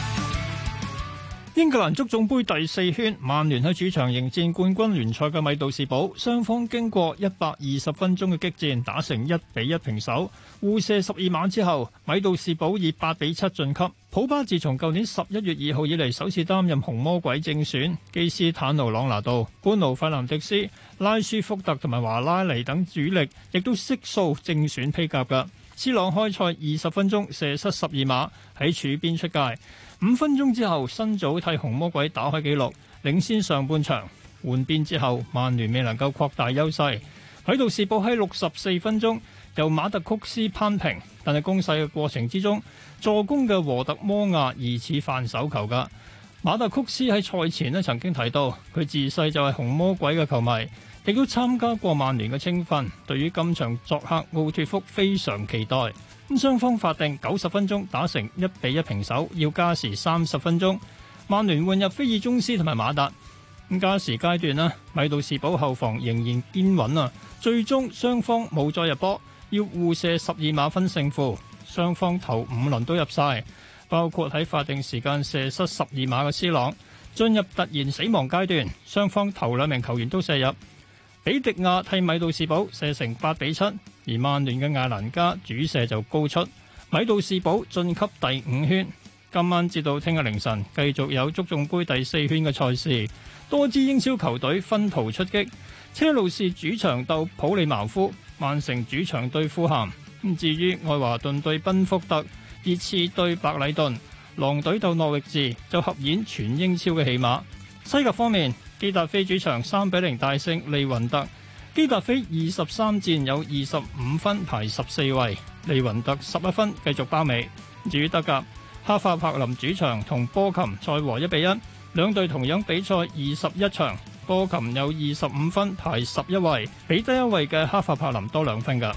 英格蘭足總杯第4圈，曼聯喺主場迎戰冠軍聯賽嘅米杜士堡，雙方經過120分鐘嘅激戰，打成1-1平手。互射12碼之後，米杜士堡以8-7晉級。普巴自從舊年11月2號以嚟首次擔任紅魔鬼正選，基斯坦奴·朗拿度、般奴·費南迪斯、拉舒福特同埋華拉尼等主力亦都悉數正選披甲㗎。斯朗開賽20分鐘射失12碼，喺柱邊出界。5分鐘之後，新組替紅魔鬼打開紀錄，領先上半場。換邊之後，曼聯未能夠擴大優勢。米杜士堡喺64分鐘由馬特曲斯扳平，但係攻勢嘅過程之中，助攻嘅和特摩亞疑似犯手球㗎。馬特曲斯喺賽前曾經提到，佢自細就係紅魔鬼嘅球迷，亦都參加過曼聯嘅青訓，對於今場作客奧脱福非常期待。咁雙方法定90分鐘打成1-1平手，要加時30分鐘。曼聯換入菲爾鍾斯同埋馬達。咁加時階段咧，米杜士堡後防仍然堅穩啊！最終雙方冇再入波，要互射12碼分勝負。雙方頭5輪都入晒，包括喺法定時間射失12碼嘅斯朗。進入突然死亡階段，雙方頭2名球員都射入。比迪亞替米杜士堡射成8-7，而曼聯嘅艾蘭加主射就高出。米杜士堡晉級第5圈。今晚至到聽日凌晨繼續有足總杯第4圈嘅賽事，多支英超球隊分途出擊。車路士主場鬥普利茅夫，曼城主場對富咸。至於愛華頓對賓福特，熱刺對白禮頓，狼隊鬥諾域治就合演全英超嘅戲碼。西甲方面，基達菲主場3-0大勝利雲特，基達菲23戰有25分排14位，利雲特11分繼續包尾。至於德甲，哈法柏林主場同波琴賽和1-1，兩隊同樣比賽21場，波琴有25分排11位，比第一位嘅哈法柏林多2分㗎。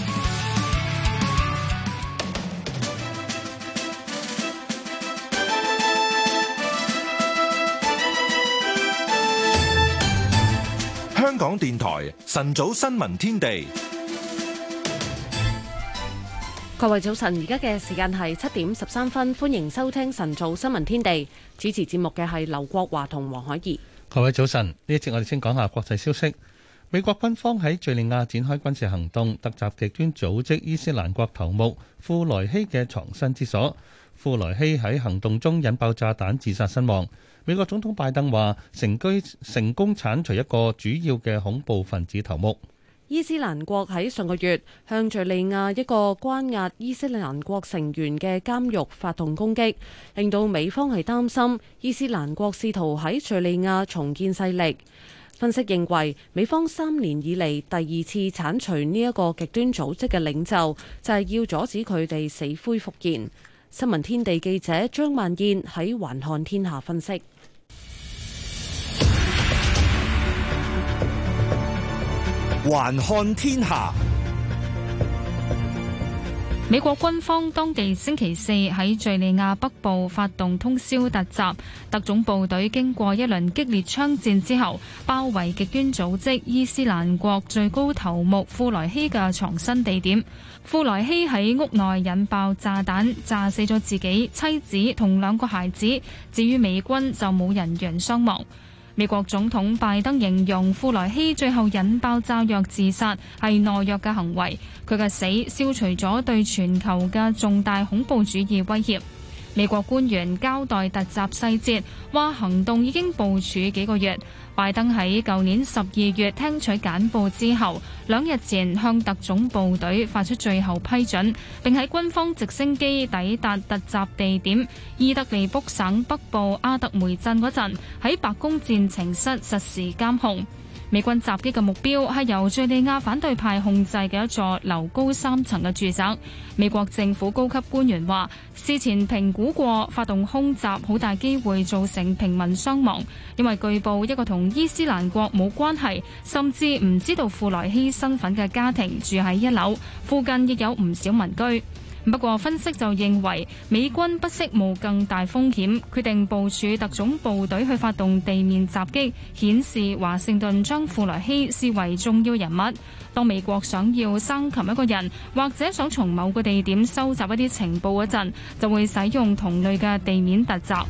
香港電台晨早新聞天地， 各位早晨，而家嘅時間係7點13分，歡迎收聽晨早新聞天地。主持節目嘅係劉國華同黃海怡。 各位早晨，呢一節我哋先講下國際消息。美國軍方喺敘利亞展開軍事行動，突襲極端組織伊斯蘭國頭目庫萊希嘅藏身之所。庫萊希喺行動中引爆炸彈自殺身亡。美國總統拜登話成功剷除一個主要嘅恐怖分子頭目。 伊斯蘭國喺上個月向敘利亞一個關押伊斯蘭國成員嘅監獄發動攻擊，令到美方係擔心伊斯蘭國試圖喺敘利亞重建勢力。分析認為，美方3年以嚟第2次剷除呢一個極端組織嘅領袖，就係要阻止佢哋死灰復燃。新聞天地記者張萬燕喺環看天下分析。 環看天下。 美國軍方當地星期4喺敘利亞北部發動通宵突襲，特種部隊經過一輪激烈槍戰之後，包圍極端組織伊斯蘭國最高頭目庫萊希嘅藏身地點。庫萊希喺屋內引爆炸彈，炸死咗自己、妻子同2個孩子，至於美軍就冇人員傷亡。美國總統拜登形容庫萊希最後引爆炸藥自殺係懦弱嘅行為，佢嘅死消除咗對全球嘅重大恐怖主義威脅。 美國官員交代突襲細節，話行動已經部署幾個月。拜登喺舊年12月聽取簡報之後，2日前向特種部隊發出最後批准，並喺軍方直升機抵達突襲地點伊德利卜省北部阿特梅鎮嗰陣，喺白宮戰情室實時監控。美軍襲擊嘅目標係由敘利亞反對派控制嘅一座樓高3層嘅住宅。美國政府高級官員話，事前評估過發動空襲好大機會造成平民傷亡，因為據報一個同伊斯蘭國冇關係，甚至唔知道庫萊希身份嘅家庭住喺1樓，附近亦有唔少民居。不過分析就認為，美軍不惜冒更大風險，決定部署特種部隊去發動地面襲擊，顯示華盛頓將庫萊希視為重要人物。當美國想要生擒一個人，或者想從某個地點收集一啲情報嗰陣，就會使用同類嘅地面突襲。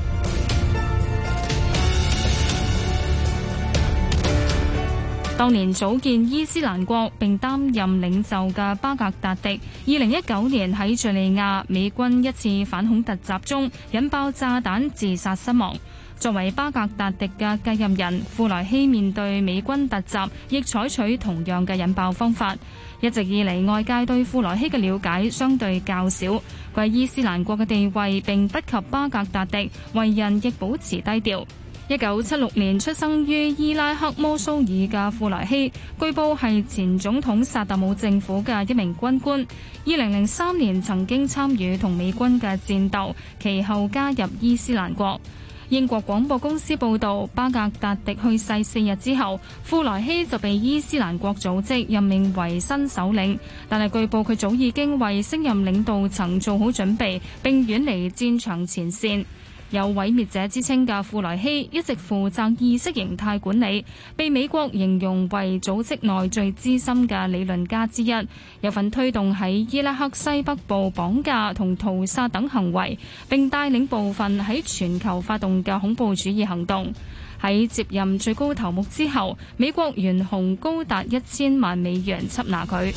當年組建伊斯蘭國並擔任領袖嘅巴格達迪，2019年喺敘利亞美軍一次反恐突襲中引爆炸彈自殺身亡。作為巴格達迪嘅繼任人，庫萊希面對美軍突襲，亦採取同樣嘅引爆方法。一直以嚟，外界對庫萊希嘅了解相對較少，佢喺伊斯蘭國嘅地位並不及巴格達迪，為人亦保持低調。1976年出生於伊拉克摩蘇爾嘅庫萊希，據報係前總統薩達姆政府嘅一名軍官。2003年曾經參與同美軍嘅戰鬥，其後加入伊斯蘭國。英國廣播公司報導，巴格達迪去世4日之後，庫萊希就被伊斯蘭國組織任命為新首領，但係據報佢早已經為升任領導層做好準備，並遠離戰場前線。有毀滅者之稱嘅庫萊希一直負責意識形態管理，被美國形容為組織內最資深嘅理論家之一，有份推動喺伊拉克西北部綁架同屠殺等行為，並帶領部分喺全球發動嘅恐怖主義行動。喺接任最高頭目之後，美國懸紅高達1000萬美元緝拿佢。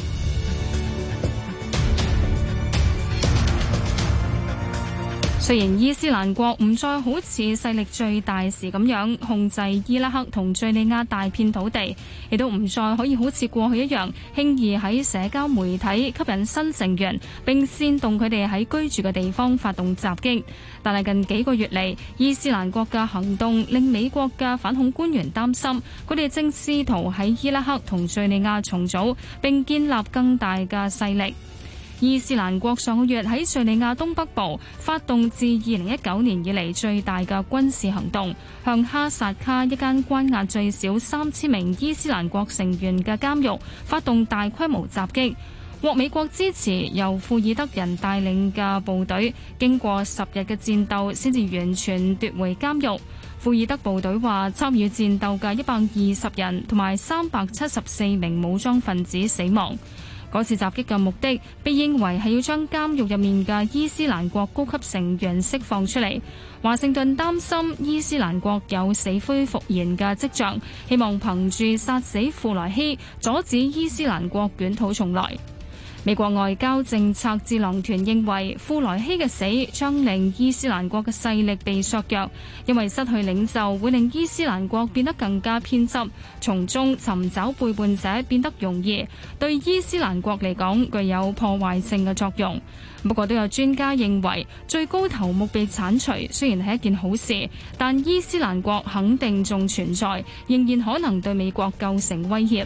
雖然伊斯蘭國唔再好似勢力最大時咁樣控制伊拉克同敘利亞大片土地，亦都唔再可以好似過去一樣輕易喺社交媒體吸引新成員，並煽動佢哋喺居住嘅地方發動襲擊。但係近幾個月嚟，伊斯蘭國嘅行動令美國嘅反恐官員擔心，佢哋正試圖喺伊拉克同敘利亞重組，並建立更大嘅勢力。伊斯蘭國上個月喺敘利亞東北部發動自2019年以嚟最大嘅軍事行動，向哈薩卡一間關押最少3000名伊斯蘭國成員嘅監獄發動大規模襲擊。獲美國支持由庫爾德人帶領嘅部隊，經過10日嘅戰鬥先至完全奪回監獄。庫爾德部隊話，參與戰鬥嘅120人同埋374名武裝分子死亡。嗰次襲擊嘅目的被認為係要將監獄入面嘅伊斯蘭國高級成員釋放出嚟。華盛頓擔心伊斯蘭國有死灰復燃嘅跡象，希望憑住殺死庫萊希，阻止伊斯蘭國捲土重來。美國外交政策智囊團認為，庫萊希嘅死將令伊斯蘭國嘅勢力被削弱，因為失去領袖會令伊斯蘭國變得更加偏執，從中尋找背叛者變得容易，對伊斯蘭國嚟講具有破壞性嘅作用。不過都有專家認為，最高頭目被剷除雖然係一件好事，但伊斯蘭國肯定仲存在，仍然可能對美國構成威脅。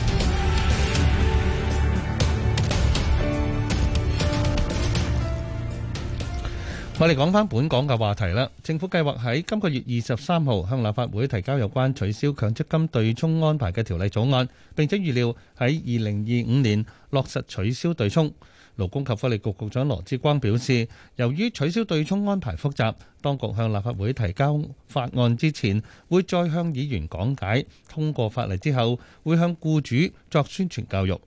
我哋講翻本港嘅話題啦。政府計劃喺今個月23號向立法會提交有關取消強積金對沖安排嘅條例草案，並且預料喺2025年落實取消對沖。勞工及福利局局長羅致光表示，由於取消對沖安排複雜，當局向立法會提交法案之前，會再向議員講解，通過法例之後會向僱主作宣傳教育。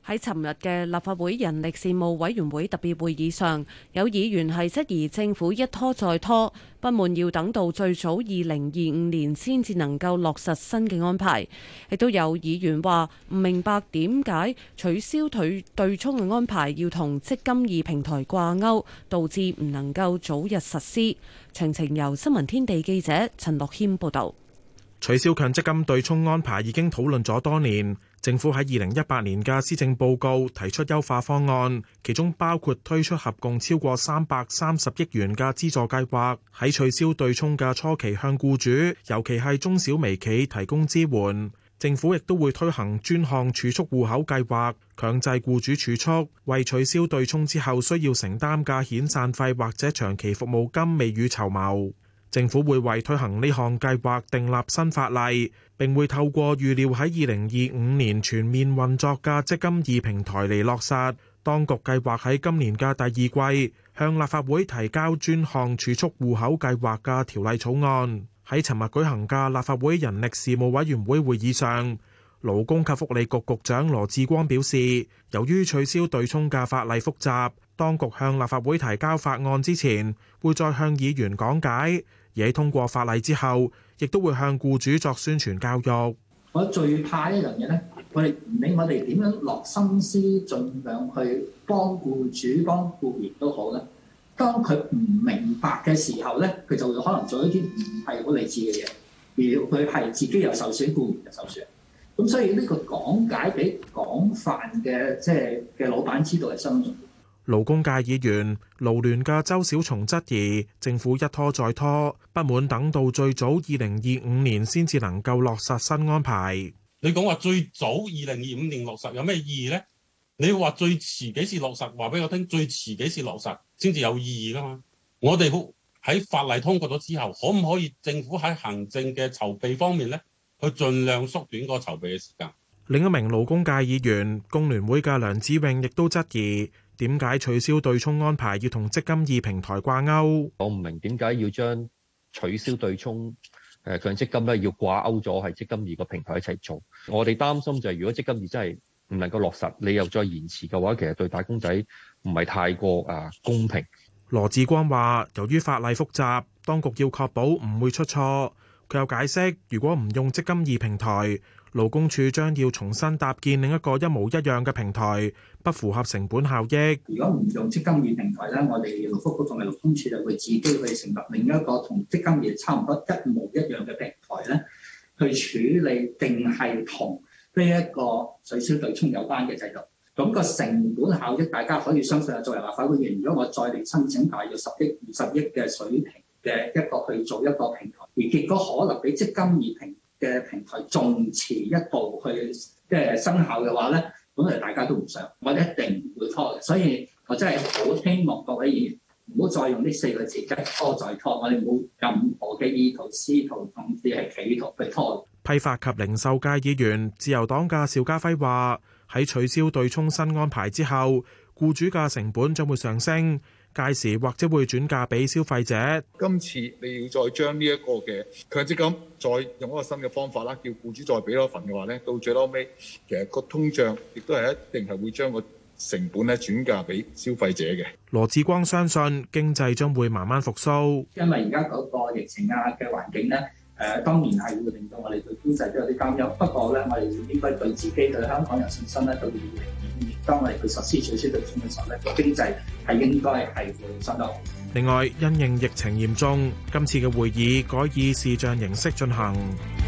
喺尋日嘅立法會人力事務委員會特別會議上，有議員係質疑政府一拖再拖，不滿要等到最早2025年先至能夠落實新嘅安排。亦都有議員話唔明白點解取消對沖嘅安排要同積金易平台掛鈎，導致唔能夠早日實施。詳情由新聞天地記者陳樂謙報道。 取消強積金對沖安排已經討論咗多年，政府喺2018年嘅施政報告提出優化方案，其中包括推出合共超過330億元嘅資助計劃，喺取消對沖嘅初期向僱主，尤其係中小微企提供支援。政府亦都會推行專項儲蓄戶口計劃，強制僱主儲蓄，為取消對沖之後需要承擔嘅遣散費或者長期服務金未雨綢繆。政府會為推行呢項計劃訂立新法例，並會透過預料喺2025年全面運作嘅積金易平台嚟落實。當局計劃喺今年嘅第二季向立法會提交專項儲蓄戶口計劃嘅條例草案。喺尋日舉行嘅立法會人力事務委員會會議上，勞工及福利局局長羅致光表示，由於取消對沖嘅法例複雜，當局向立法會提交法案之前，會再向議員講解。而喺通過法例之後，亦都會向僱主作宣傳教育。 我最怕一樣嘢咧，我哋唔理我哋點樣落心思，盡量去幫僱主、幫僱員都好啦。當佢唔明白嘅時候咧，佢就會可能做一啲唔係好理智嘅嘢，而佢係自己又受損，僱員又受損。咁所以呢個講解俾廣泛嘅嘅老闆知道係相當重要。 勞工界議員勞聯嘅周小松質疑政府一拖再拖，不滿等到最早2025年先至能夠落實新安排。 你講話最早2025年落實有咩意義呢？你話最遲幾時落實？話俾我聽，最遲幾時落實先至有意義噶嘛？我哋喺法例通過咗之後，可唔可以政府喺行政嘅籌備方面呢，去盡量縮短個籌備嘅時間？ 另一名勞工界議員工聯會嘅梁子穎亦都質疑，點解取消對沖安排要同積金易平台掛鈎？ 我唔明點解要將取消對沖強積金咧要掛鈎咗係積金易個平台一齊做。我哋擔心就係如果積金易真係唔能夠落實，你又再延遲嘅話，其實對打工仔唔係太過公平。 羅致光話，由於法例複雜，當局要確保唔會出錯。佢又解釋，如果唔用積金易平台，勞工處將要重新搭建另一個一模一樣嘅平台，不符合成本效益。 如果唔用積金易平台咧，我哋勞福局同埋勞工處就會自己去成立另一個同積金易差唔多一模一樣嘅平台咧，去處理定係同呢一個取消對沖有關嘅制度。咁個成本效益，大家可以相信啊。作為立法會議員，如果我再嚟申請大約10億、20億嘅水平嘅一個去做一個平台，而結果可能比積金易平台仲遲一步去生效嘅話咧，咁大家都唔想，我哋一定唔會拖嘅。所以我真係好希望各位議員唔好再用呢4個字，一拖再拖，我哋冇任何嘅意圖、試圖甚至係企圖去拖。 批發及零售界議員自由黨嘅邵家輝話，喺取消對沖新安排之後，僱主嘅成本將會上升，屆時或者會轉嫁俾消費者。 今次你要再將呢一個嘅強積金再用一個新嘅方法啦，叫僱主再俾多份嘅話咧，到最後尾其實個通脹亦都係一定係會將個成本咧轉嫁俾消費者嘅。 羅致光相信經濟將會慢慢復甦， 因為而家嗰個疫情嘅環境咧。當然係會令到我哋對經濟都有啲擔憂，不過咧，我哋應該對自己對香港有信心咧。到2025年，當我哋去實施取消對沖嘅時候咧，個經濟係應該係會相當好。 另外，因應疫情嚴重，今次嘅會議改以視像形式進行。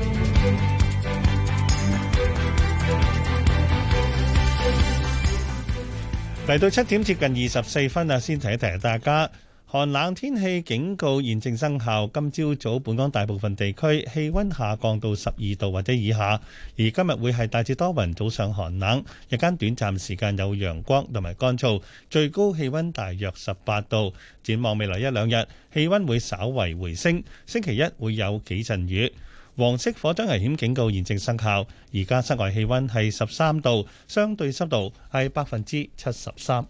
嚟到7點接近24分啊，先提一提大家。寒冷天氣警告現正生效，今朝早本港大部分地區氣溫下降到12度或者以下，而今日會係大致多雲，早上寒冷，日間短暫時間有陽光同埋乾燥，最高氣溫大約18度。展望未來1-2日，氣溫會稍為回升，星期一會有幾陣雨。黃色火災危險警告現正生效，而家室外氣溫係13度，相對濕度係73%。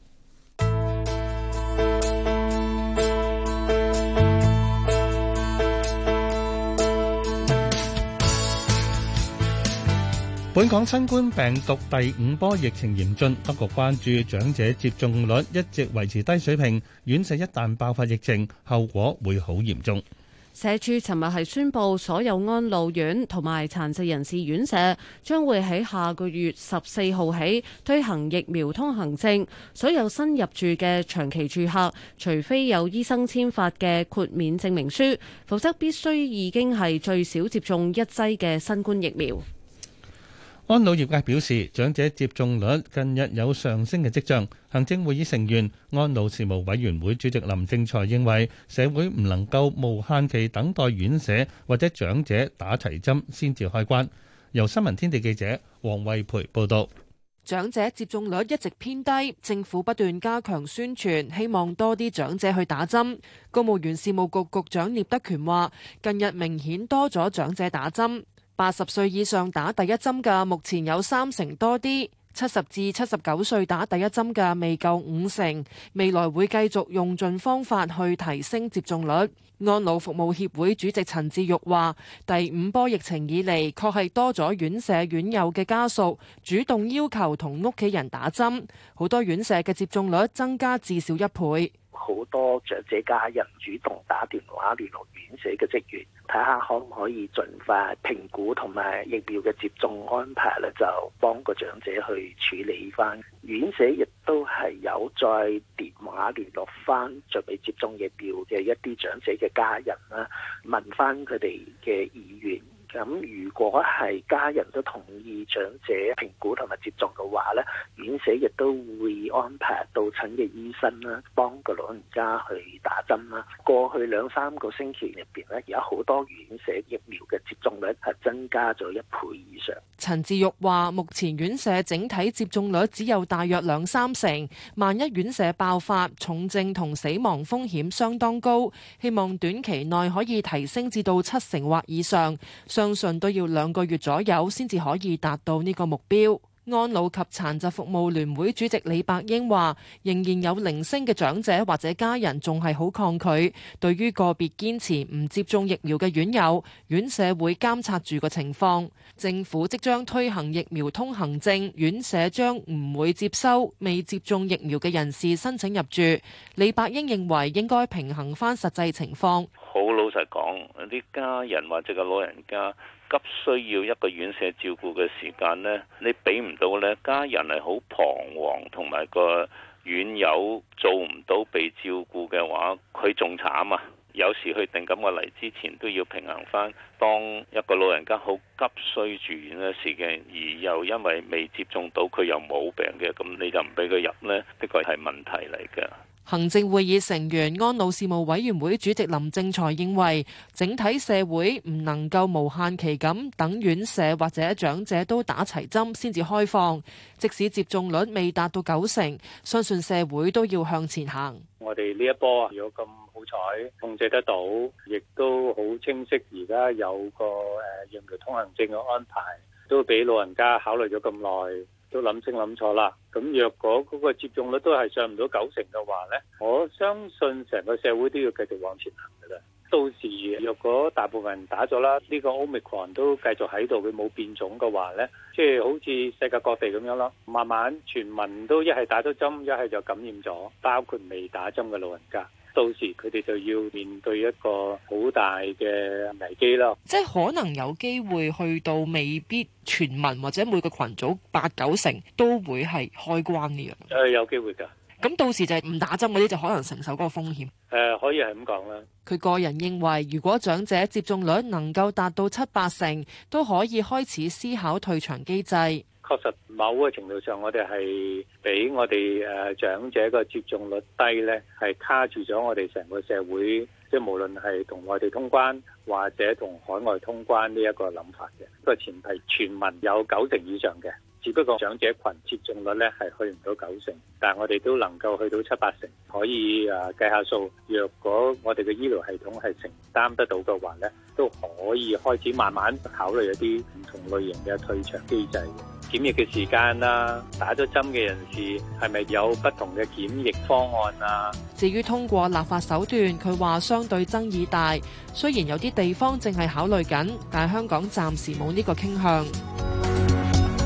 本港新冠病毒第5波疫情嚴峻，當局關注長者接種率一直維持低水平，院舍一旦爆發疫情，後果會好嚴重。 社署尋日係宣布，所有安老院同埋殘疾人士院舍將會喺下個月14號起推行疫苗通行證，所有新入住嘅長期住客，除非有醫生簽發嘅豁免證明書，否則必須已經係最少接種1劑嘅新冠疫苗。 安老業界表示，長者接種率近日有上升嘅跡象。行政會議成員、安老事務委員會主席林正財認為，社會唔能夠無限期等待院舍或者長者打齊針先至開關。由新聞天地記者黃惠培報導。 長者接種率一直偏低，政府不斷加強宣傳，希望多啲長者去打針。公務員事務局局長聶德權話，近日明顯多咗長者打針。80歲以上打第一針嘅目前有30%多啲，70至79歲打第一針嘅未夠50%，未來會繼續用盡方法去提升接種率。安老服務協會主席陳志玉話，第5波疫情以嚟，確係多咗院舍院友嘅家屬主動要求同屋企人打針，好多院舍嘅接種率增加至少1倍。 好多長者家人主動打電話聯絡院舍嘅職員，睇下可唔可以盡快評估同埋疫苗嘅接種安排咧，就幫個長者去處理翻。院舍亦都係有再電話聯絡翻準備接種疫苗嘅一啲長者嘅家人啦，問翻佢哋嘅意願。咁如果係家人都同意長者評估同埋接種嘅話咧，院舍亦都會安排到診嘅醫生啦，幫個老人家去打針啦。過去2-3個星期入邊咧，有好多院舍疫苗嘅接種率係增加咗1倍以上。 陳志玉話：目前院舍整體接種率只有大約2-3成，萬一院舍爆發，重症同死亡風險相當高，希望短期內可以提升至到7成或以上。相信都要2個月左右先至可以達到呢個目標。安老及殘疾服務聯會主席李百英話，仍然有零星嘅長者或者家人仲係好抗拒。對於個別堅持唔接種疫苗嘅院友，院舍會監察住個情況。政府即將推行疫苗通行證，院舍將唔會接收未接種疫苗嘅人士申請入住。李百英認為應該平衡翻實際情況。 好老實講，啲家人或者個老人家急需要一個院舍照顧嘅時間呢，你俾唔到呢，家人係好彷徨，同埋個院友做唔到被照顧嘅話，佢仲慘啊！有時去定咁個例之前都要平衡翻，當一個老人家好急需住院嘅時間，而又因為未接種到佢又冇病嘅，咁你就唔俾佢入呢，的確係問題嚟嘅。 行政會議成員、安老事務委員會主席林正財認為，整體社會唔能夠無限期咁等院舍或者長者都打齊針先至開放，即使接種率未達到90%，相信社會都要向前行。 我哋呢一波啊，如果咁好彩控制得到，亦都好清晰，而家有個疫苗通行證嘅安排，都俾老人家考慮咗咁耐。都諗清諗錯啦，咁若果嗰個接種率都係上唔到90%嘅話呢，我相信成個社會都要繼續往前行㗎啦。到時若果大部分人打咗啦，呢個 Omicron 都繼續喺度，佢冇變種嘅話呢，即係好似世界各地咁樣咯，慢慢全民都一係打咗針，一係就感染咗，包括未打針嘅老人家。到時佢哋就要面對一個好大嘅危機啦。 即係可能有機會去到未必全民或者每個群組8-9成都會係開關呢樣。 有機會㗎。 咁到時就係唔打針嗰啲就可能承受嗰個風險。 可以係咁講啦。 佢個人認為，如果長者接種率能夠達到7-8成，都可以開始思考退場機制。 確實，某個程度上，我哋係俾我哋長者個接種率低呢，係卡住咗我哋成個社會，即係無論係同內地通關或者同海外通關呢一個諗法嘅。個前提全民有90%以上嘅，只不過長者群接種率呢係去唔到90%，但係我哋都能夠去到7-8成，可以計下數。若果我哋嘅醫療系統係承擔得到嘅話呢，都可以開始慢慢考慮一啲唔同類型嘅退場機制。檢疫嘅時間啦，打咗針嘅人士係咪有不同嘅檢疫方案啊？ 至於通過立法手段，佢話相對爭議大。雖然有啲地方正係考慮緊，但係香港暫時冇呢個傾向。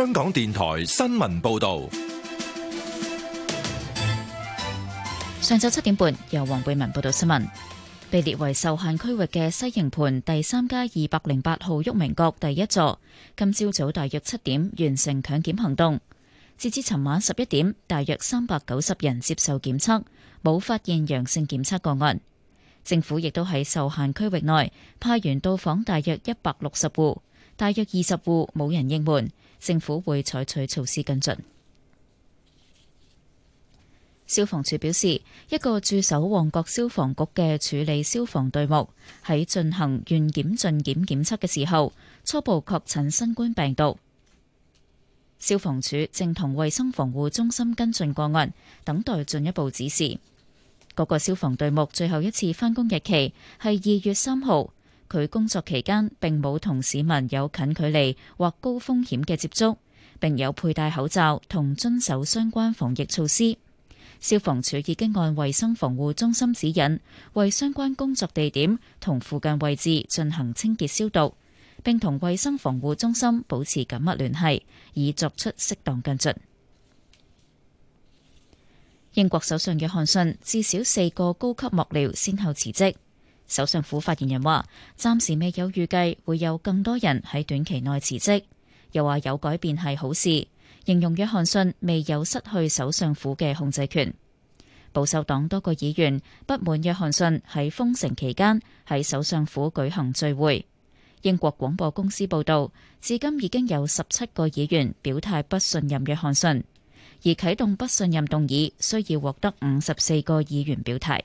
香港電台新聞報道。 上晝7點半，由黃貝文報道新聞。被列為受限區域嘅西營盤第3街208號旭明閣第一座，今朝早大約7點完成強檢行動。截至尋晚11點，大約390人接受檢測，冇發現陽性檢測個案。政府亦都喺受限區域內派員到訪大約160戶，大約20戶冇人應門，政府會採取措施跟進。消防處表示，一個駐守旺角消防局嘅處理消防隊目喺進行願檢盡檢檢測嘅時候，初步確診新冠病毒。消防處正同衛生防護中心跟進個案，等待進一步指示。嗰個消防隊目最後一次返工日期係2月3號，佢工作期間並冇同市民有近距離或高風險嘅接觸，並有佩戴口罩同遵守相關防疫措施。消防處已經按衛生防護中心指引，為相關工作地點同附近位置進行清潔消毒，並同衛生防護中心保持緊密聯繫，以作出適當跟進。英國首相約翰遜至少4個高級幕僚先後辭職。首相府發言人話，暫時未有預計會有更多人喺短期內辭職，又話有改變係好事，形容約翰遜未有失去首相府嘅控制權。保守黨多個議員不滿約翰遜喺封城期間喺首相府舉行聚會。英國廣播公司報導，至今已經有17個議員表態不信任約翰遜，而啟動不信任動議需要獲得54個議員表態。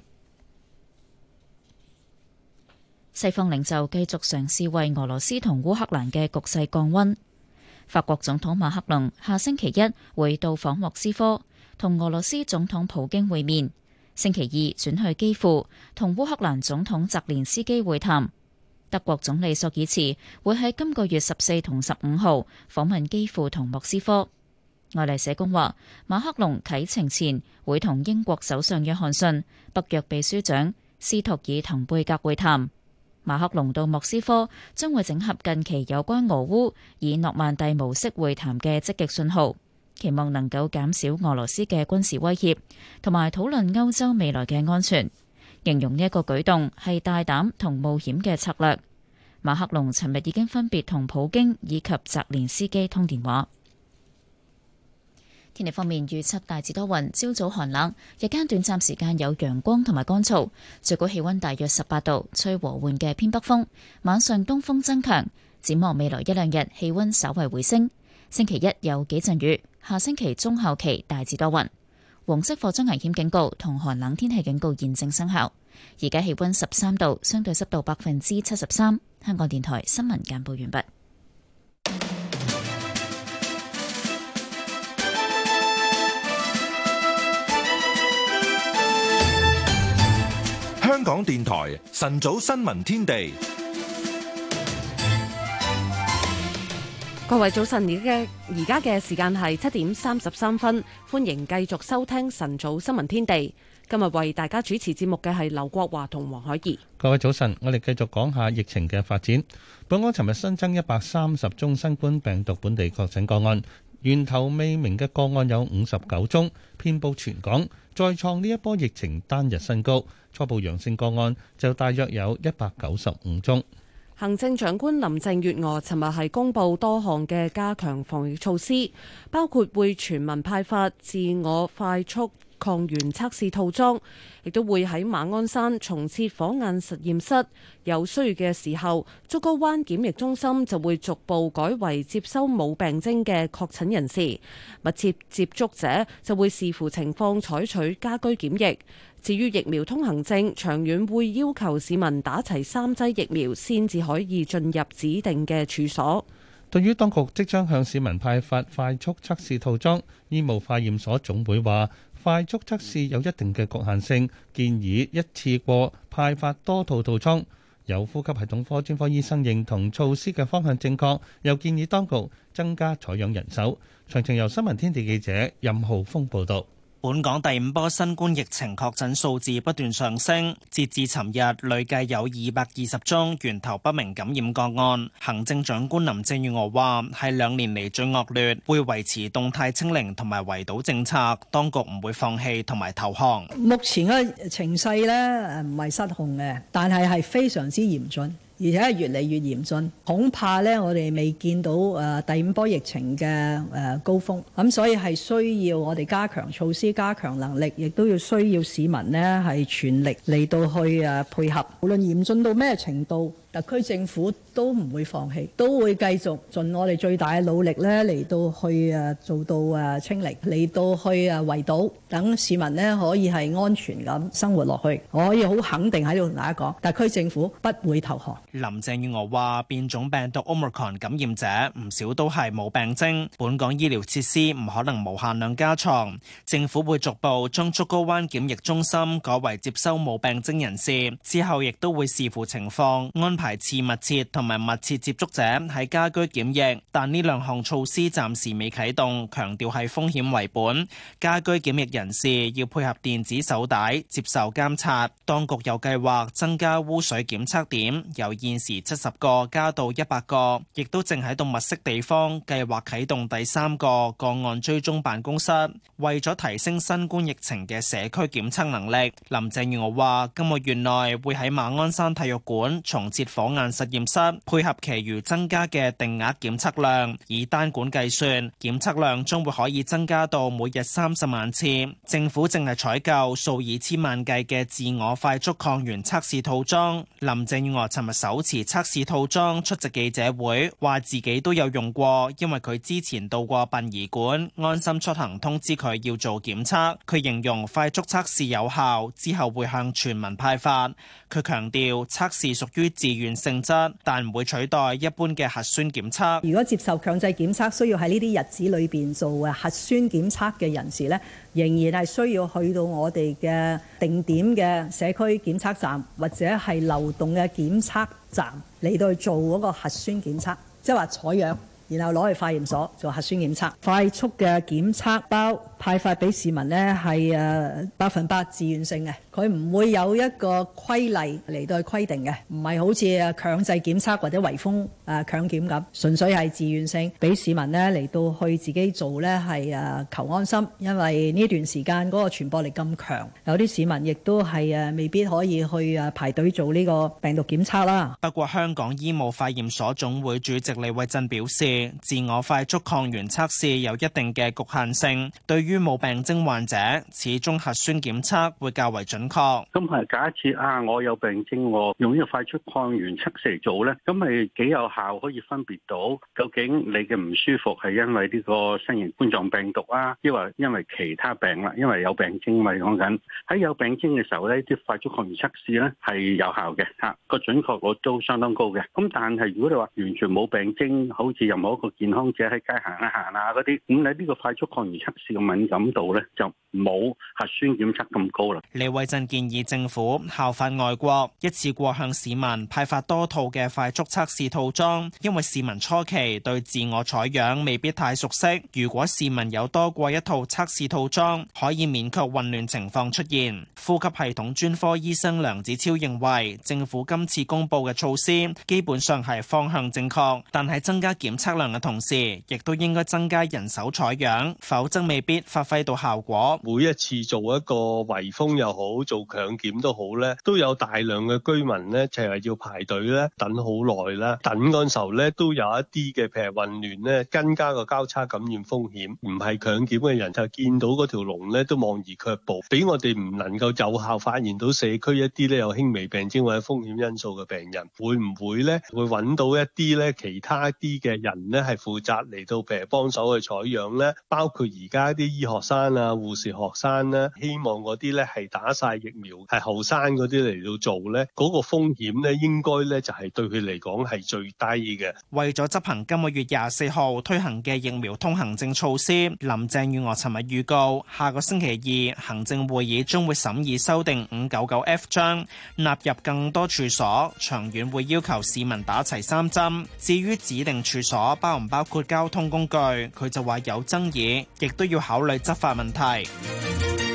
西方領袖繼續嘗試為俄羅斯同烏克蘭嘅局勢降溫。法國總統馬克龍下星期一會到訪莫斯科，同俄羅斯總統普京會面。星期二轉去基輔，同烏克蘭總統澤連斯基會談。德國總理朔爾茨會喺今個月14同15號訪問基輔同莫斯科。愛麗舍宮話，馬克龍啟程前會同英國首相約翰遜、北約秘書長斯托爾滕貝格會談。馬克龍到莫斯科將會整合近期有關俄烏以諾曼第模式會談嘅積極信號，期望能夠減少俄羅斯嘅軍事威脅，同埋討論歐洲未來嘅安全。形容呢一個舉動係大膽同冒險嘅策略。馬克龍尋日已經分別同普京以及澤連斯基通電話。天氣方面預測大致多雲，朝早寒冷，日間短暫時間有陽光同埋乾燥，最高氣溫大約18度，吹和緩嘅偏北風，晚上東風增強。展望未來1、2日氣溫稍為回升，星期一有幾陣雨，下星期中後期大致多雲。黃色火災危險警告同寒冷天氣警告現正生效。而家氣溫13度，相對濕度73%。香港電台新聞簡報完畢。 香港電台晨早新聞天地， 各位早晨，而家嘅時間係7點33分，歡迎繼續收聽晨早新聞天地。今日為大家主持節目嘅係劉國華同黃海怡。 各位早晨，我哋繼續講下疫情嘅發展。本港尋日新增130宗新冠病毒本地確診個案，源頭未明嘅個案有59宗，遍佈全港，再創呢一波疫情單日新高。初步陽性個案就大約有195宗。 行政長官林鄭月娥尋日係公布多項嘅加強防疫措施，包括會全民派發自我快速抗原測試套裝，亦都會喺馬鞍山重設火眼實驗室。有需要嘅時候，竹篙灣檢疫中心就會逐步改為接收冇病徵嘅確診人士，密切接觸者就會視乎情況採取家居檢疫。至於疫苗通行證，長遠會要求市民打齊3劑疫苗先至可以進入指定嘅處所。 對於當局即將向市民派發快速測試套裝，醫務化驗所總會話，快速測試有一定嘅局限性，建議一次過派發多套套裝。有呼吸系統科專科醫生認同措施嘅方向正確，又建議當局增加採樣人手。詳情由新聞天地記者任浩峰報導。 本港第五波新冠疫情確診數字不斷上升，截至尋日累計有220宗源頭不明感染個案。行政長官林鄭月娥話：係2年嚟最惡劣，會維持動態清零同埋圍堵政策，當局唔會放棄同埋投降。 目前嘅情勢咧唔係失控嘅，但係非常之嚴峻。而且係越嚟越嚴峻，恐怕咧我哋未見到第五波疫情嘅高峰，咁所以係需要我哋加強措施、加強能力，亦都要需要市民呢係全力嚟到去配合，無論嚴峻到咩程度，特區政府都唔會放棄，都會繼續盡我哋最大嘅努力咧嚟到去做到清零，嚟到去圍堵，等市民呢可以係安全咁生活落去。我可以好肯定喺度同大家講，特區政府不會投降。 林鄭月娥話：變種病毒 Omicron 感染者唔少都係冇病徵，本港醫療設施唔可能無限量加床，政府會逐步將竹篙灣檢疫中心改為接收冇病徵人士，之後亦都會視乎情況安排次密切同埋密切接觸者喺家居檢疫，但呢兩項措施暫時未啟動，強調係風險為本。家居檢疫人士要配合電子手帶接受監察。當局有計劃增加污水檢測點，由現時70個加到100個，亦都正喺度物色地方，計劃啟動第3個個案追蹤辦公室，為咗提升新冠疫情嘅社區檢測能力。林鄭月娥話：今個月內會喺馬鞍山體育館重設火眼實驗室，配合其餘增加嘅定額檢測量，以單管計算，檢測量將會可以增加到每日30萬次。政府正係採購數以千萬計嘅自我快速抗原測試套裝。林鄭月娥尋日手持測試套裝出席記者會，話自己都有用過，因為佢之前到過殯儀館，安心出行通知佢要做檢測。佢形容快速測試有效，之後會向全民派發。佢強調測試屬於自願性質，但唔會取代一般嘅核酸檢測。 如果接受強制檢測需要喺呢啲日子裏邊做核酸檢測嘅人士呢，仍然係需要去到我哋嘅定點嘅社區檢測站或者係流動嘅檢測站嚟到去做嗰個核酸檢測，即係話採樣，然後攞去化驗所做核酸檢測。快速嘅檢測包派發俾市民呢係100%自願性嘅，佢唔會有一個規例嚟到去規定嘅，唔係好似強制檢測或者圍封強檢咁，純粹係自願性，俾市民呢嚟到去自己做呢係求安心，因為呢段時間嗰個傳播力咁強，有啲市民亦都係未必可以去排隊做呢個病毒檢測啦。 不過香港醫務化驗所總會主席李慧珍表示，自我快速抗原測試有一定嘅局限性，對於冇病徵患者，始終核酸檢測會較為準確。 咁係假設我有病徵，我用呢個快速抗原測試嚟做咧，咁咪幾有效，可以分別到究竟你嘅唔舒服係因為呢個新型冠狀病毒啊，抑或因為其他病啦，因為有病徵咪講緊喺有病徵嘅時候咧，啲快速抗原測試咧係有效嘅嚇，個準確率都相當高嘅。咁但係如果你話完全冇病徵，好似任何一個健康者喺街行一行嗰啲，咁你呢個快速抗原測試嘅敏感度咧就冇核酸檢測咁高啦。 李慧珍建議政府效法外國，一次過向市民派發多套嘅快速測試套裝，因為市民初期對自我採樣未必太熟悉。如果市民有多過一套測試套裝，可以免卻混亂情況出現。呼吸系統專科醫生梁子超認為，政府今次公布嘅措施基本上係方向正確，但係增加檢測量嘅同時，亦都應該增加人手採樣，否則未必發揮到效果。 每一次做一個圍封又好，做強檢都好咧，都有大量嘅居民咧，就係要排隊咧，等好耐啦。等嗰陣時候咧，都有一啲嘅譬如混亂咧，增加個交叉感染風險。唔係強檢嘅人就見到嗰條龍咧，都望而卻步，俾我哋唔能夠有效發現到社區一啲咧有輕微病徵或者風險因素嘅病人，會唔會咧會揾到一啲咧其他啲嘅人咧係負責嚟到譬如幫手去採樣咧？包括而家啲醫學生啊、護士學生咧，希望嗰啲咧係打晒疫苗係後生嗰啲嚟到做咧，嗰個風險咧應該咧就係對佢嚟講係最低嘅。 為咗執行今個月24號推行嘅疫苗通行證措施，林鄭月娥尋日預告，下個星期二行政會議將會審議修訂599F 章，納入更多處所，長遠會要求市民打齊3針。至於指定處所包唔包括交通工具，佢就話有爭議，亦都要考慮執法問題。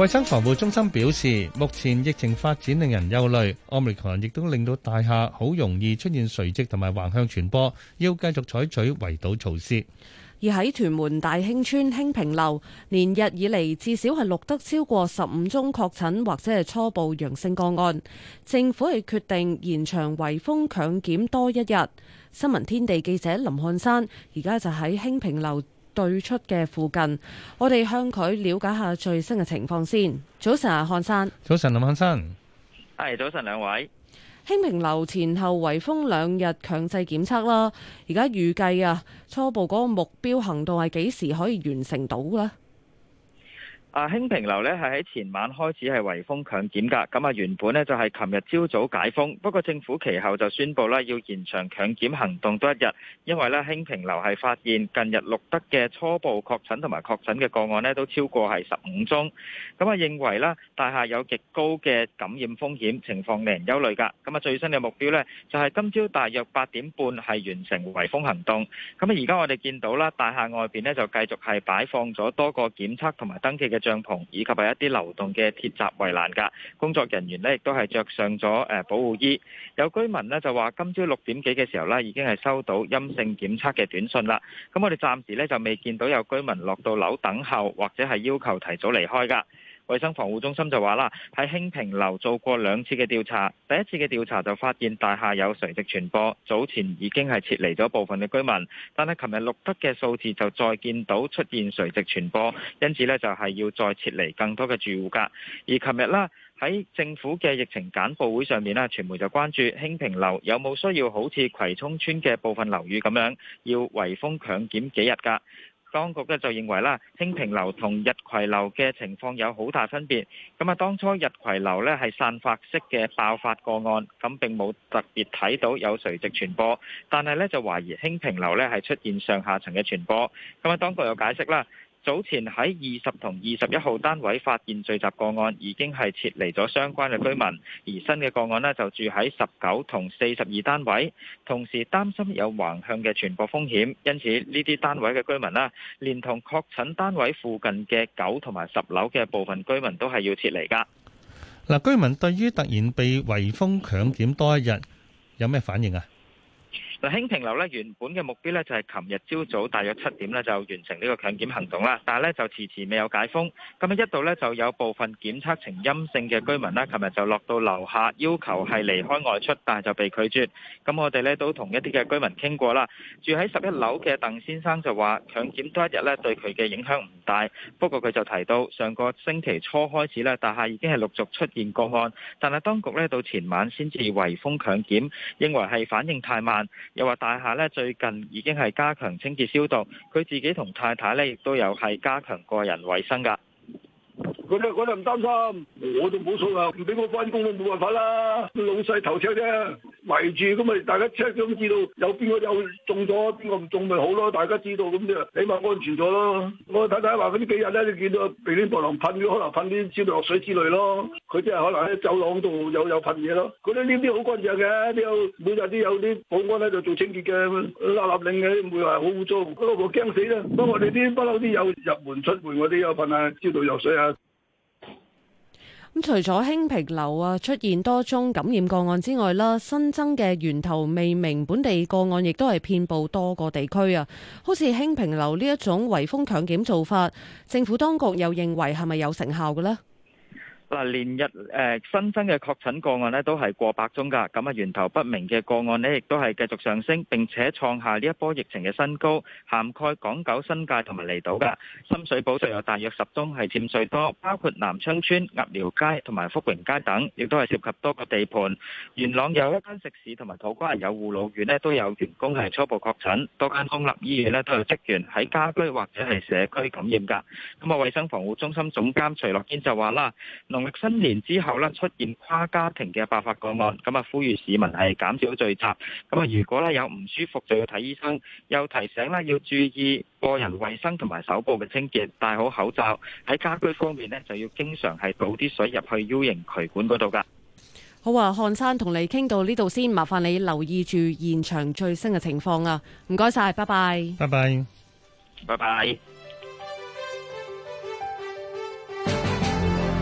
衛生防護中心表示，目前疫情發展令人憂慮，Omicron亦都令到大廈好容易出現垂直同埋橫向傳播，要繼續採取圍堵措施。 而喺屯門大興村興平樓，連日以嚟至少係錄得超過15宗確診或者係初步陽性個案。政府係決定延長圍封強檢多一日。新聞天地記者林漢山而家就喺興平樓對出嘅附近，我哋向佢了解下最新嘅情況先。早晨啊，漢山。 早晨，林漢山。 係，早晨兩位。 興平樓前後圍封2日強制檢測啦，而家預計啊，初步嗰個目標行動係幾時可以完成到呢？ 興平樓呢係喺前晚開始係圍封強檢㗎，咁啊原本呢就係琴日朝早解封，不過政府其後就宣布啦要延長強檢行動多一日，因為呢興平樓係發現近日錄得嘅初步確診同埋確診嘅個案呢都超過係15宗，咁啊認為啦大廈有極高嘅感染風險，情況令人憂慮㗎，咁啊最新嘅目標呢就係今朝大約8點半係完成圍封行動，咁啊而家我哋見到啦大廈外邊呢就繼續係擺放咗多個檢測同埋登記嘅帳篷以及係一啲流動嘅鐵閘圍欄㗎，工作人員呢亦都係着上咗保護衣。有居民呢就話今朝6點幾嘅時候呢已經係收到陰性檢測嘅短信啦。咁我哋暫時呢就未見到有居民落到樓等候或者係要求提早離開㗎。衛生防護中心就話啦，喺興平樓做過2次嘅調查，第一次嘅調查就發現大廈有垂直傳播，早前已經係撤離咗部分嘅居民，但係琴日錄得嘅數字就再見到出現垂直傳播，因此呢就係要再撤離更多嘅住戶㗎。而琴日啦喺政府嘅疫情簡報會上面啦，傳媒就關注興平樓有冇需要好似葵涌村嘅部分樓宇咁樣要圍封強檢幾日㗎。當局咧就認為啦，興平樓同日葵樓嘅情況有好大分別。咁啊，當初日葵樓呢係散發式嘅爆發個案，咁並冇特別睇到有垂直傳播，但係呢就懷疑興平樓呢係出現上下層嘅傳播。咁啊，當局有解釋啦。早前喺20同21號單位發現聚集個案，已經係撤離咗相關嘅居民，而新嘅個案呢就住喺19同42單位，同時擔心有橫向嘅傳播風險，因此呢啲單位嘅居民啦，連同確診單位附近嘅9同埋10樓嘅部分居民都係要撤離㗎。 嗱，居民對於突然被圍封強檢多一日，有咩反應啊？ 嗱，興平樓咧原本嘅目標咧就係琴日朝早大約7點咧就完成呢個強檢行動啦，但係咧就遲遲未有解封。咁啊一度咧就有部分檢測呈陰性嘅居民啦，琴日就落到樓下要求係離開外出，但係就被拒絕。咁我哋咧都同一啲嘅居民傾過啦。住喺11樓嘅鄧先生就話強檢多一日咧對佢嘅影響唔大，不過佢就提到上個星期初開始咧大廈已經係陸續出現個案，但係當局咧到前晚先至圍封強檢，認為係反應太慢。又話大廈咧最近已經係加強清潔消毒，佢自己同太太咧亦都有係加強個人衛生㗎。 佢哋唔擔心，我就冇數啦，唔俾我翻工都冇辦法啦。老細頭赤啫，圍住咁咪大家 check 咗，知道有邊個有中咗，邊個唔中咪好咯。大家知道咁就起碼安全咗咯。我太太話嗰啲幾日咧，你見到鼻黏薄囊噴咗，可能噴啲消毒藥水之類咯。佢即係可能喺走廊度有噴嘢咯。佢哋呢啲好乾淨嘅，都有每日都有啲保安喺度做清潔嘅，立令嘅，唔會話好污糟。嗰個我驚死啦。不過我哋啲不嬲啲有入門出門，我哋有噴下消毒藥水啊。 咁除咗興平樓啊出現多宗感染個案之外啦，新增嘅源頭未明本地個案亦都係遍佈多個地區啊。好似興平樓呢一種圍封強檢做法，政府當局又認為係咪有成效嘅呢？ 嗱，連日新增嘅確診個案呢都係過百宗㗎，咁啊源頭不明嘅個案呢亦都係繼續上升，並且創下呢一波疫情嘅新高，涵蓋港九新界同埋離島㗎。深水埗就有大約10宗係佔最多，包括南昌村、鴨寮街同埋福榮街等，亦都係涉及多個地盤。元朗有一間食肆同埋土瓜灣有護老院呢都有員工係初步確診，多間公立醫院呢都有職員喺家居或者係社區感染㗎。咁啊，衛生防護中心總監徐樂堅就話啦，農曆新年之後咧出現跨家庭嘅爆發個案，咁啊呼籲市民係減少聚集，咁啊如果咧有唔舒服就要睇醫生，又提醒咧要注意個人衛生同埋手部嘅清潔，戴好口罩。喺家居方面咧就要經常係倒啲水入去 U 型渠管嗰度噶。 好啊，漢山同你傾到呢度先，麻煩你留意住現場最新嘅情況啊！唔該晒，拜拜， 拜拜， 拜拜。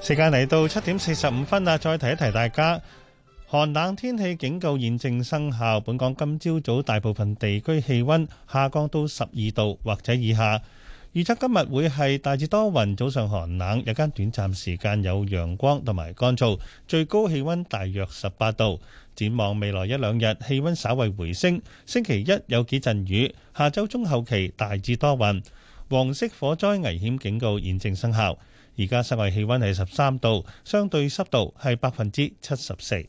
時間嚟到7:45啦，再提一提大家，寒冷天氣警告現正生效。本港今朝早大部分地區氣溫下降到12度或者以下。預測今日會係大致多雲，早上寒冷，日間短暫時間有陽光同埋乾燥，最高氣溫大約18度。展望未來一兩日氣溫稍為回升，星期一有幾陣雨，下週中後期大致多雲。黃色火災危險警告現正生效。而家室外氣溫係13度，相對濕度係74%。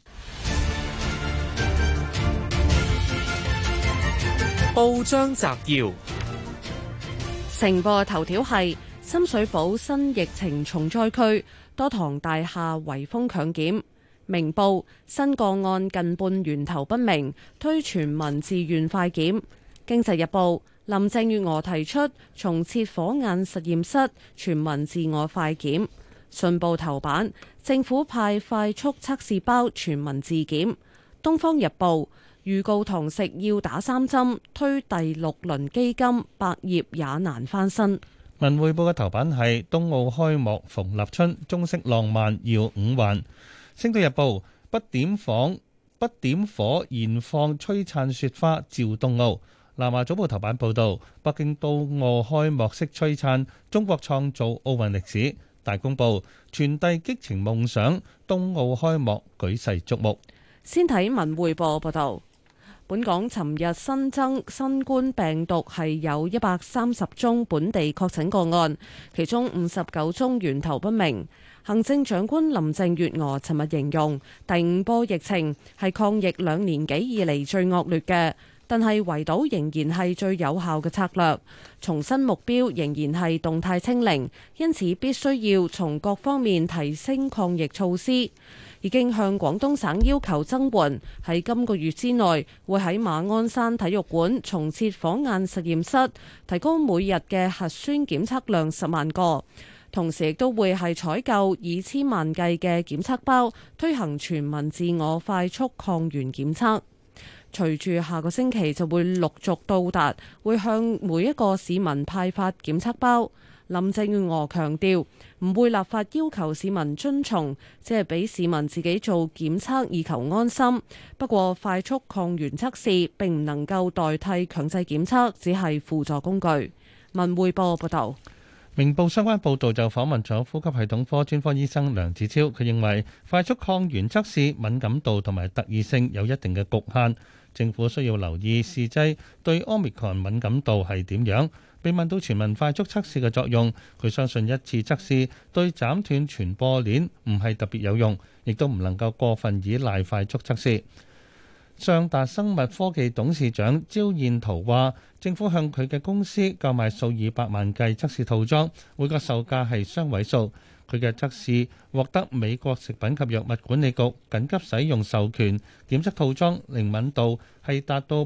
報章摘要： 成報頭條係深水埗新疫情重災區，多幢大廈圍封強檢。明報新個案近半源頭不明，推全民自願快檢。經濟日報林鄭月娥提出重設火眼實驗室，全民自我快檢。信報頭版政府派快速測試包，全民自檢。東方日報預告堂食要打3針，推第6輪基金，百業也難翻身。 文匯報嘅頭版係冬奧開幕逢立春，中式浪漫耀5環。星島日報不點火燃放璀璨雪花照冬奧。南華早報頭版報導，北京冬奧開幕式璀璨，中國創造奧運歷史。大公報傳遞激情夢想，冬奧開幕舉世矚目。 先睇文匯報報導，本港尋日新增新冠病毒係有130宗本地確診個案，其中59宗源頭不明。行政長官林鄭月娥尋日形容第5波疫情係抗疫2年幾以嚟最惡劣嘅，但係圍堵仍然係最有效嘅策略。重申目標仍然係動態清零，因此必須要從各方面提升抗疫措施。已經向廣東省要求增援，喺今個月之內會喺馬鞍山體育館重設火眼實驗室，提高每日嘅核酸檢測量10萬個。同時亦都會係採購以千萬計嘅檢測包，推行全民自我快速抗原檢測。隨住下個星期就會陸續到達，會向每一個市民派發檢測包。林鄭月娥強調，唔會立法要求市民遵從，只係俾市民自己做檢測以求安心。不過，快速抗原測試並唔能夠代替強制檢測，只係輔助工具。文匯報報道。 明報相關報導就訪問咗呼吸系統科專科醫生梁子超，佢認為快速抗原測試敏感度同埋特異性有一定嘅局限，政府需要留意試劑對 Omicron 敏感度係點樣。被問到全民快速測試嘅作用，佢相信一次測試對斬斷傳播鏈唔係特別有用，亦都唔能夠過分依賴快速測試。上達生物科技董事長招彥燾話，政府向佢嘅公司購買數以百萬計測試套裝，每個售價係雙位數。佢嘅測試獲得美國食品及藥物管理局緊急使用授權，檢測套裝靈敏度係達到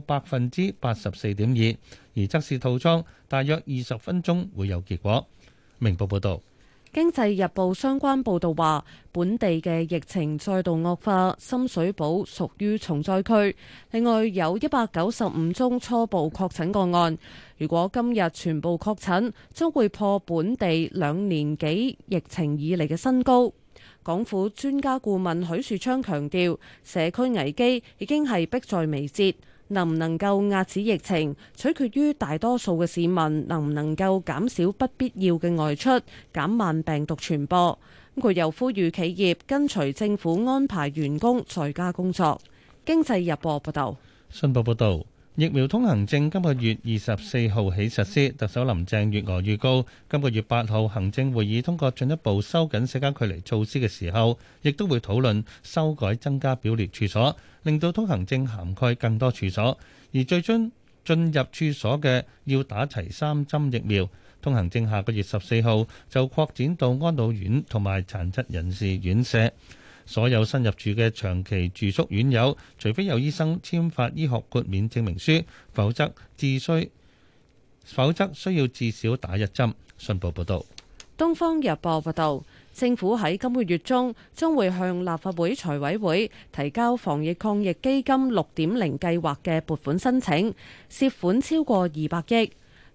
84.2%，而測試套裝大約20分鐘會有結果。明報報導。 經濟日報相關報導話，本地嘅疫情再度惡化，深水埗屬於重災區。另外有195宗初步確診個案，如果今日全部確診，將會破本地2年幾疫情以嚟嘅新高。港府專家顧問許樹昌強調，社區危機已經係迫在眉睫。能唔能夠遏止疫情，取決於大多數嘅市民能唔能夠減少不必要嘅外出，減慢病毒傳播。佢又呼籲企業跟隨政府安排員工在家工作。經濟日報報道。 信報報導，疫苗通行證今個月24號起實施。特首林鄭月娥預告，今個月8號行政會議通過進一步收緊社交距離措施嘅時候，亦都會討論修改增加表列處所，令到通行證涵蓋更多處所，而最終進入處所嘅要打齊3針疫苗。通行證下個月14號就擴展到安老院同埋殘疾人士院舍。所有新入住嘅長期住宿院友，除非有醫生簽發醫學豁免證明書，否則需要至少打1針。信報報導。 東方日報報導，政府喺今個月中將會向立法會財委會提交防疫抗疫基金6.0計劃嘅撥款申請，涉款超過200億。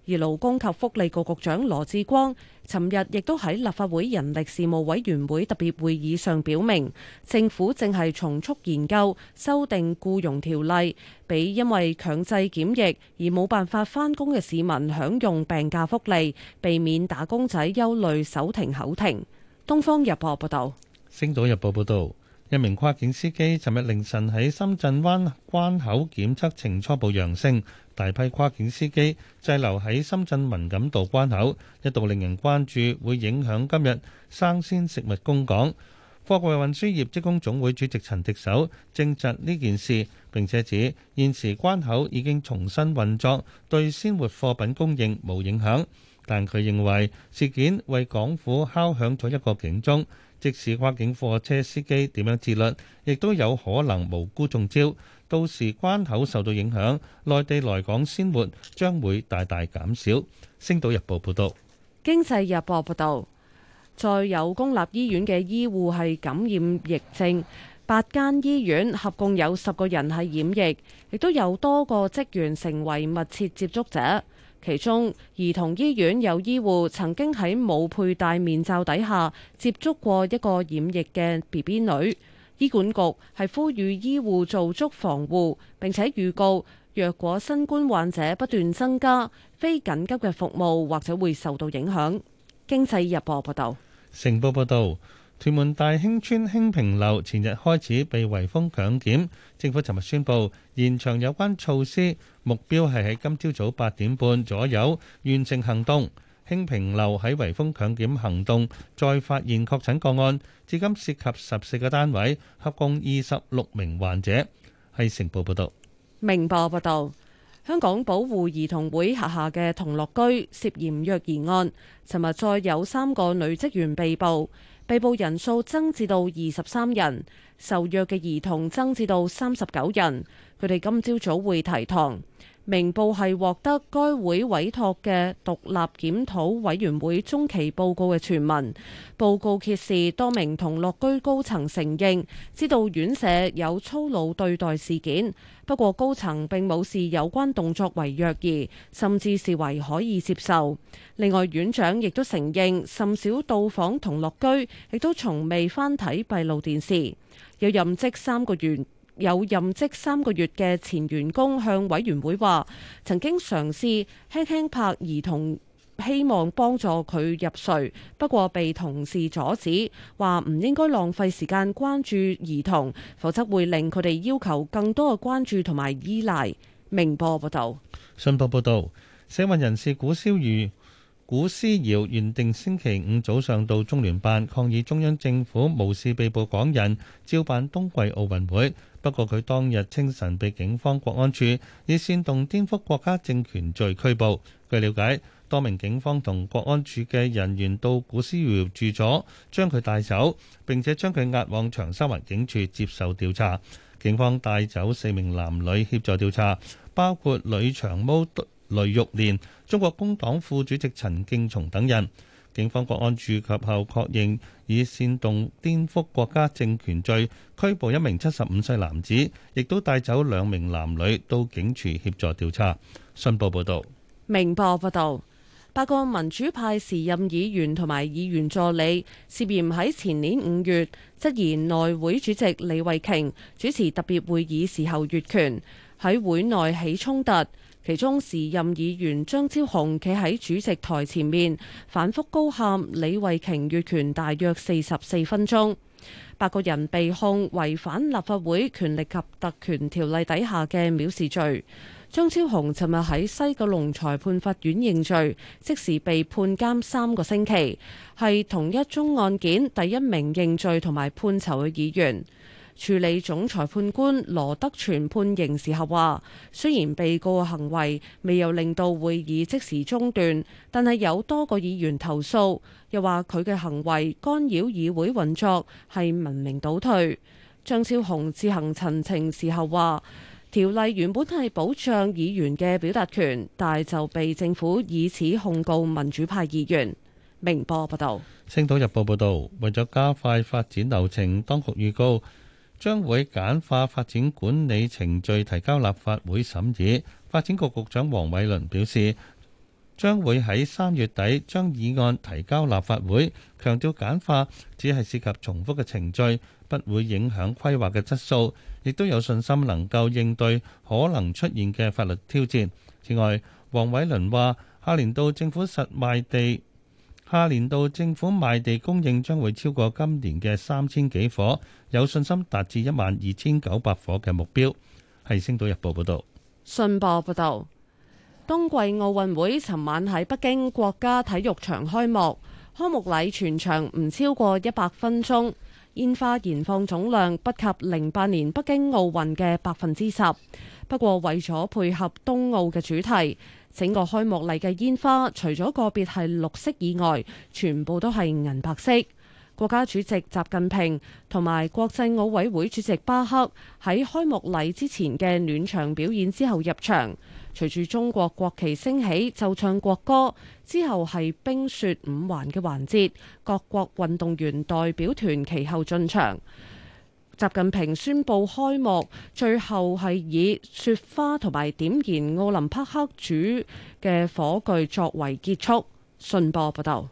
而勞工及福利局局長羅致光尋日亦都喺立法會人力事務委員會特別會議上表明，政府正係從速研究修訂僱傭條例，俾因為強制檢疫而冇辦法返工嘅市民享用病假福利，避免打工仔憂慮手停口停。東方日報報道。 星島日報報道，一名跨境司機尋日凌晨喺深圳灣關口檢測呈初步陽性，大批跨境司機滯留喺深圳文錦渡關口，一度令人關注會影響今日生鮮食物供港。貨櫃運輸業職工總會主席陳迪手證實呢件事，並且指現時關口已經重新運作，對鮮活貨品供應冇影響。但佢認為事件為港府敲響咗一個警鐘，即使跨境貨車司機點樣自律，亦都有可能無辜中招。到時關口受到影響，內地來港鮮活將會大大減少。星島日報報道。 經濟日報報道，再有公立醫院嘅醫護係感染疫症，8間醫院合共有10個人係染疫，亦都有多個職員成為密切接觸者。其中，兒童醫院有醫護曾經喺冇佩戴面罩底下接觸過一個染疫嘅 BB 女。醫管局係呼籲醫護做足防護，並且預告若果新冠患者不斷增加，非緊急嘅服務或者會受到影響。經濟日報報道。 成報報導，屯門大興村興平樓前日開始被圍封強檢，政府尋日宣布延長有關措施，目標係喺今朝早8點半左右完成行動。興平樓喺圍封強檢行動再發現確診個案，至今涉及14個單位，合共26名患者。係成報報導。 明報報導，香港保護兒童會轄下嘅童樂居涉嫌虐兒案，尋日再有3個女職員被捕，被捕人數增至到23人，受虐嘅兒童增至到39人。佢哋今朝早會提堂。明報係獲得該會委託嘅獨立檢討委員會中期報告嘅傳聞，報告揭示多名童樂居高層承認知道院舍有粗魯對待事件，不過高層並冇視有關動作為虐兒，甚至視為可以接受。另外，院長亦都承認甚少到訪童樂居，亦都從未翻睇閉路電視。有任職3個月嘅前員工向委員會話，曾經嘗試輕輕拍兒童，希望幫助佢入睡，不過被同事阻止，話唔應該浪費時間關注兒童，否則會令佢哋要求更多嘅關注同埋依賴。明報報道。 信報報道，社運人士古思堯原定星期五早上到中聯辦抗議中央政府無視被捕港人，照辦冬季奧運會。不過佢當日清晨被警方國安處以煽動顛覆國家政權罪拘捕。據了解，多名警方同國安處嘅人員到古思堯住所，將佢帶走，並且將佢押往長沙灣警署接受調查。警方帶走4名男女協助調查，包括女長毛雷玉蓮、中國工黨副主席陳敬松等人。警方國安處及後確認以煽動顛覆國家政權罪拘捕1名75歲男子，亦都帶走2名男女到警署協助調查。信報報道。 明報報道，8個民主派時任議員同埋議員助理涉嫌喺前年5月質疑內會主席李慧瓊主持特別會議時候越權，喺會內起衝突。其中時任議員張超雄企喺主席台前面，反覆高喊李慧瓊越權大約44分鐘。8個人被控違反立法會權力及特權條例底下嘅藐視罪。張超雄尋日喺西九龍裁判法院認罪，即時被判監3個星期，係同一宗案件第一名認罪同埋判囚嘅議員。處理總裁判官羅德全判刑時候話，雖然被告嘅行為未有令到會議即時中斷，但係有多個議員投訴，又話佢嘅行為干擾議會運作，係文明倒退。張超雄自行陳情時候話，條例原本係保障議員嘅表達權，但係就被政府以此控告民主派議員。明報報道。 星島日報報道，為咗加快發展流程，當局預告將會簡化發展管理程序，提交立法會審議。發展局局長黃偉綸表示， 將會喺3月底將議案提交立法會，強調簡化只係涉及重複嘅程序，不會影響規劃嘅質素，亦都有信心能夠應對可能出現嘅法律挑戰。此外，黃偉綸話：下年度政府賣地供應將會超過今年嘅3000幾伙，有信心達至12900伙嘅目標。係《星島日報》報道。 信報報道，冬季奧運會尋晚喺北京國家體育場開幕，開幕禮全場唔超過100分鐘，煙花燃放總量不及08年北京奧運嘅10%。不過為咗配合冬奧嘅主題，整個開幕禮嘅煙花除咗個別係綠色以外，全部都係銀白色。國家主席習近平同埋國際奧委會主席巴克喺開幕禮之前嘅暖場表演之後入場，隨住中國國旗升起就唱國歌，之後係冰雪五環嘅環節，各國運動員代表團其後進場。習近平宣布開幕，最後係以雪花同埋點燃奧林匹克主嘅火炬作為結束。信報報道。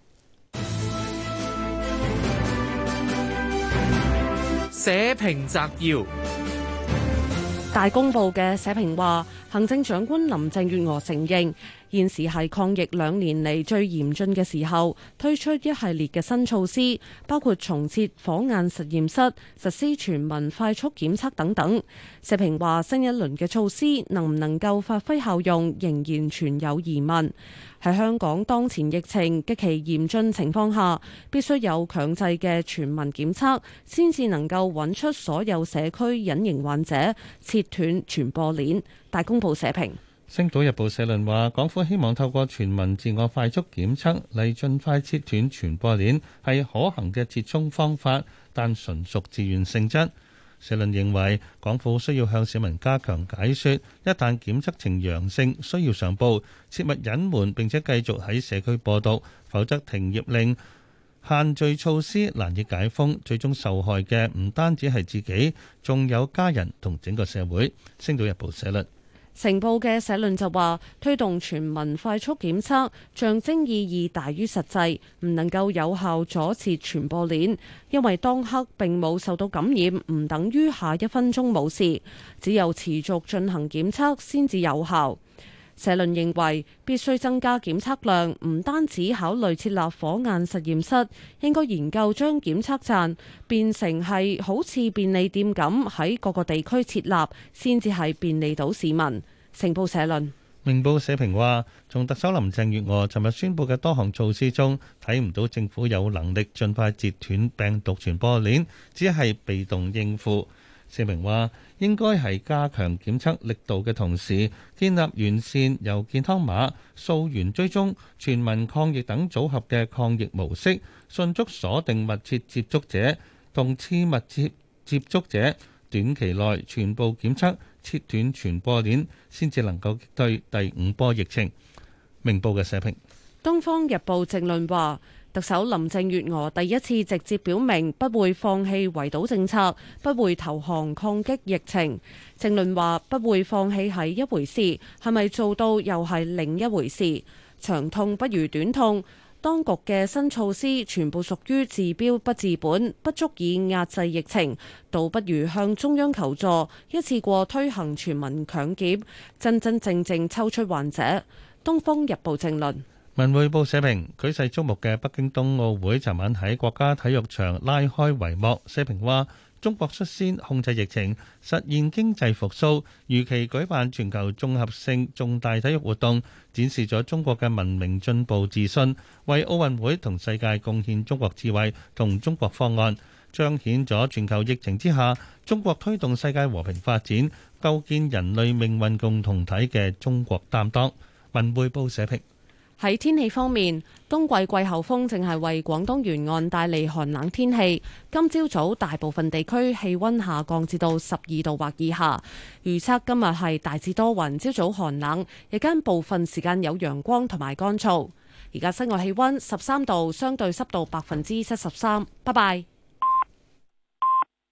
社評摘要： 大公報嘅社評話，行政長官林鄭月娥承認現時係抗疫2年嚟最嚴峻嘅時候，推出一系列嘅新措施，包括重設火眼實驗室、實施全民快速檢測等等。社評話，新一輪嘅措施能唔能夠發揮效用，仍然存有疑問。喺香港當前疫情極其嚴峻情況下，必須有強制嘅全民檢測，先至能夠揾出所有社區隱形患者，切斷傳播鏈。大公報社評。 《星島日報》社論話，港府希望透過全民自我快速檢測嚟盡快切斷傳播鏈，係可行嘅折衷方法，但純屬自願性質。社論認為，港府需要向市民加強解說，一旦檢測呈陽性，需要上報，切勿隱瞞並且繼續喺社區播毒，否則停業令、限聚措施難以解封，最終受害嘅唔單止係自己，仲有家人同整個社會。《星島日報》社論。 成報嘅社論就話，推動全民快速檢測象徵意義大於實際，唔能夠有效阻截傳播鏈，因為當刻並冇受到感染，唔等於下一分鐘冇事，只有持續進行檢測先至有效。社論認為必須增加檢測量，唔單止考慮設立火眼實驗室，應該研究將檢測站變成係好似便利店咁喺各個地區設立，先至係便利到市民。成報社論。 明報社評話，從特首林鄭月娥尋日宣布嘅多項措施中，睇唔到政府有能力盡快截斷病毒傳播鏈，只係被動應付。社評話，應該係加強檢測力度嘅同時，建立完善由健康碼、溯源追蹤、全民抗疫等組合嘅抗疫模式，迅速鎖定密切接觸者同次密切接觸者，短期內全部檢測，切斷傳播鏈，先至能夠擊退第5波疫情。明報嘅社評。《 東方日報》正論話，特首林鄭月娥第一次直接表明不會放棄圍堵政策，不會投降抗擊疫情。正論話，不會放棄係一回事，係咪做到又係另一回事。長痛不如短痛，當局嘅新措施全部屬於治標不治本，不足以壓制疫情，倒不如向中央求助，一次過推行全民強檢，真真正正抽出患者。《東方日報》正論。 文匯報社評，舉世矚目嘅北京冬奧會尋晚喺國家體育場拉開帷幕。社評話，中國率先控制疫情，實現經濟復甦，如期舉辦全球綜合性重大體育活動，展示咗中國嘅文明進步自信，為奧運會同世界貢獻中國智慧同中國方案，彰顯咗全球疫情之下中國推動世界和平發展、構建人類命運共同體嘅中國擔當。文匯報社評。 喺天氣方面，冬季季候風正係為廣東沿岸帶嚟寒冷天氣。今朝早大部分地區氣溫下降至到12度或以下。預測今日係大致多雲，朝早寒冷，日間部分時間有陽光同埋乾燥。而家室外氣溫13度，相對濕度73%。拜拜。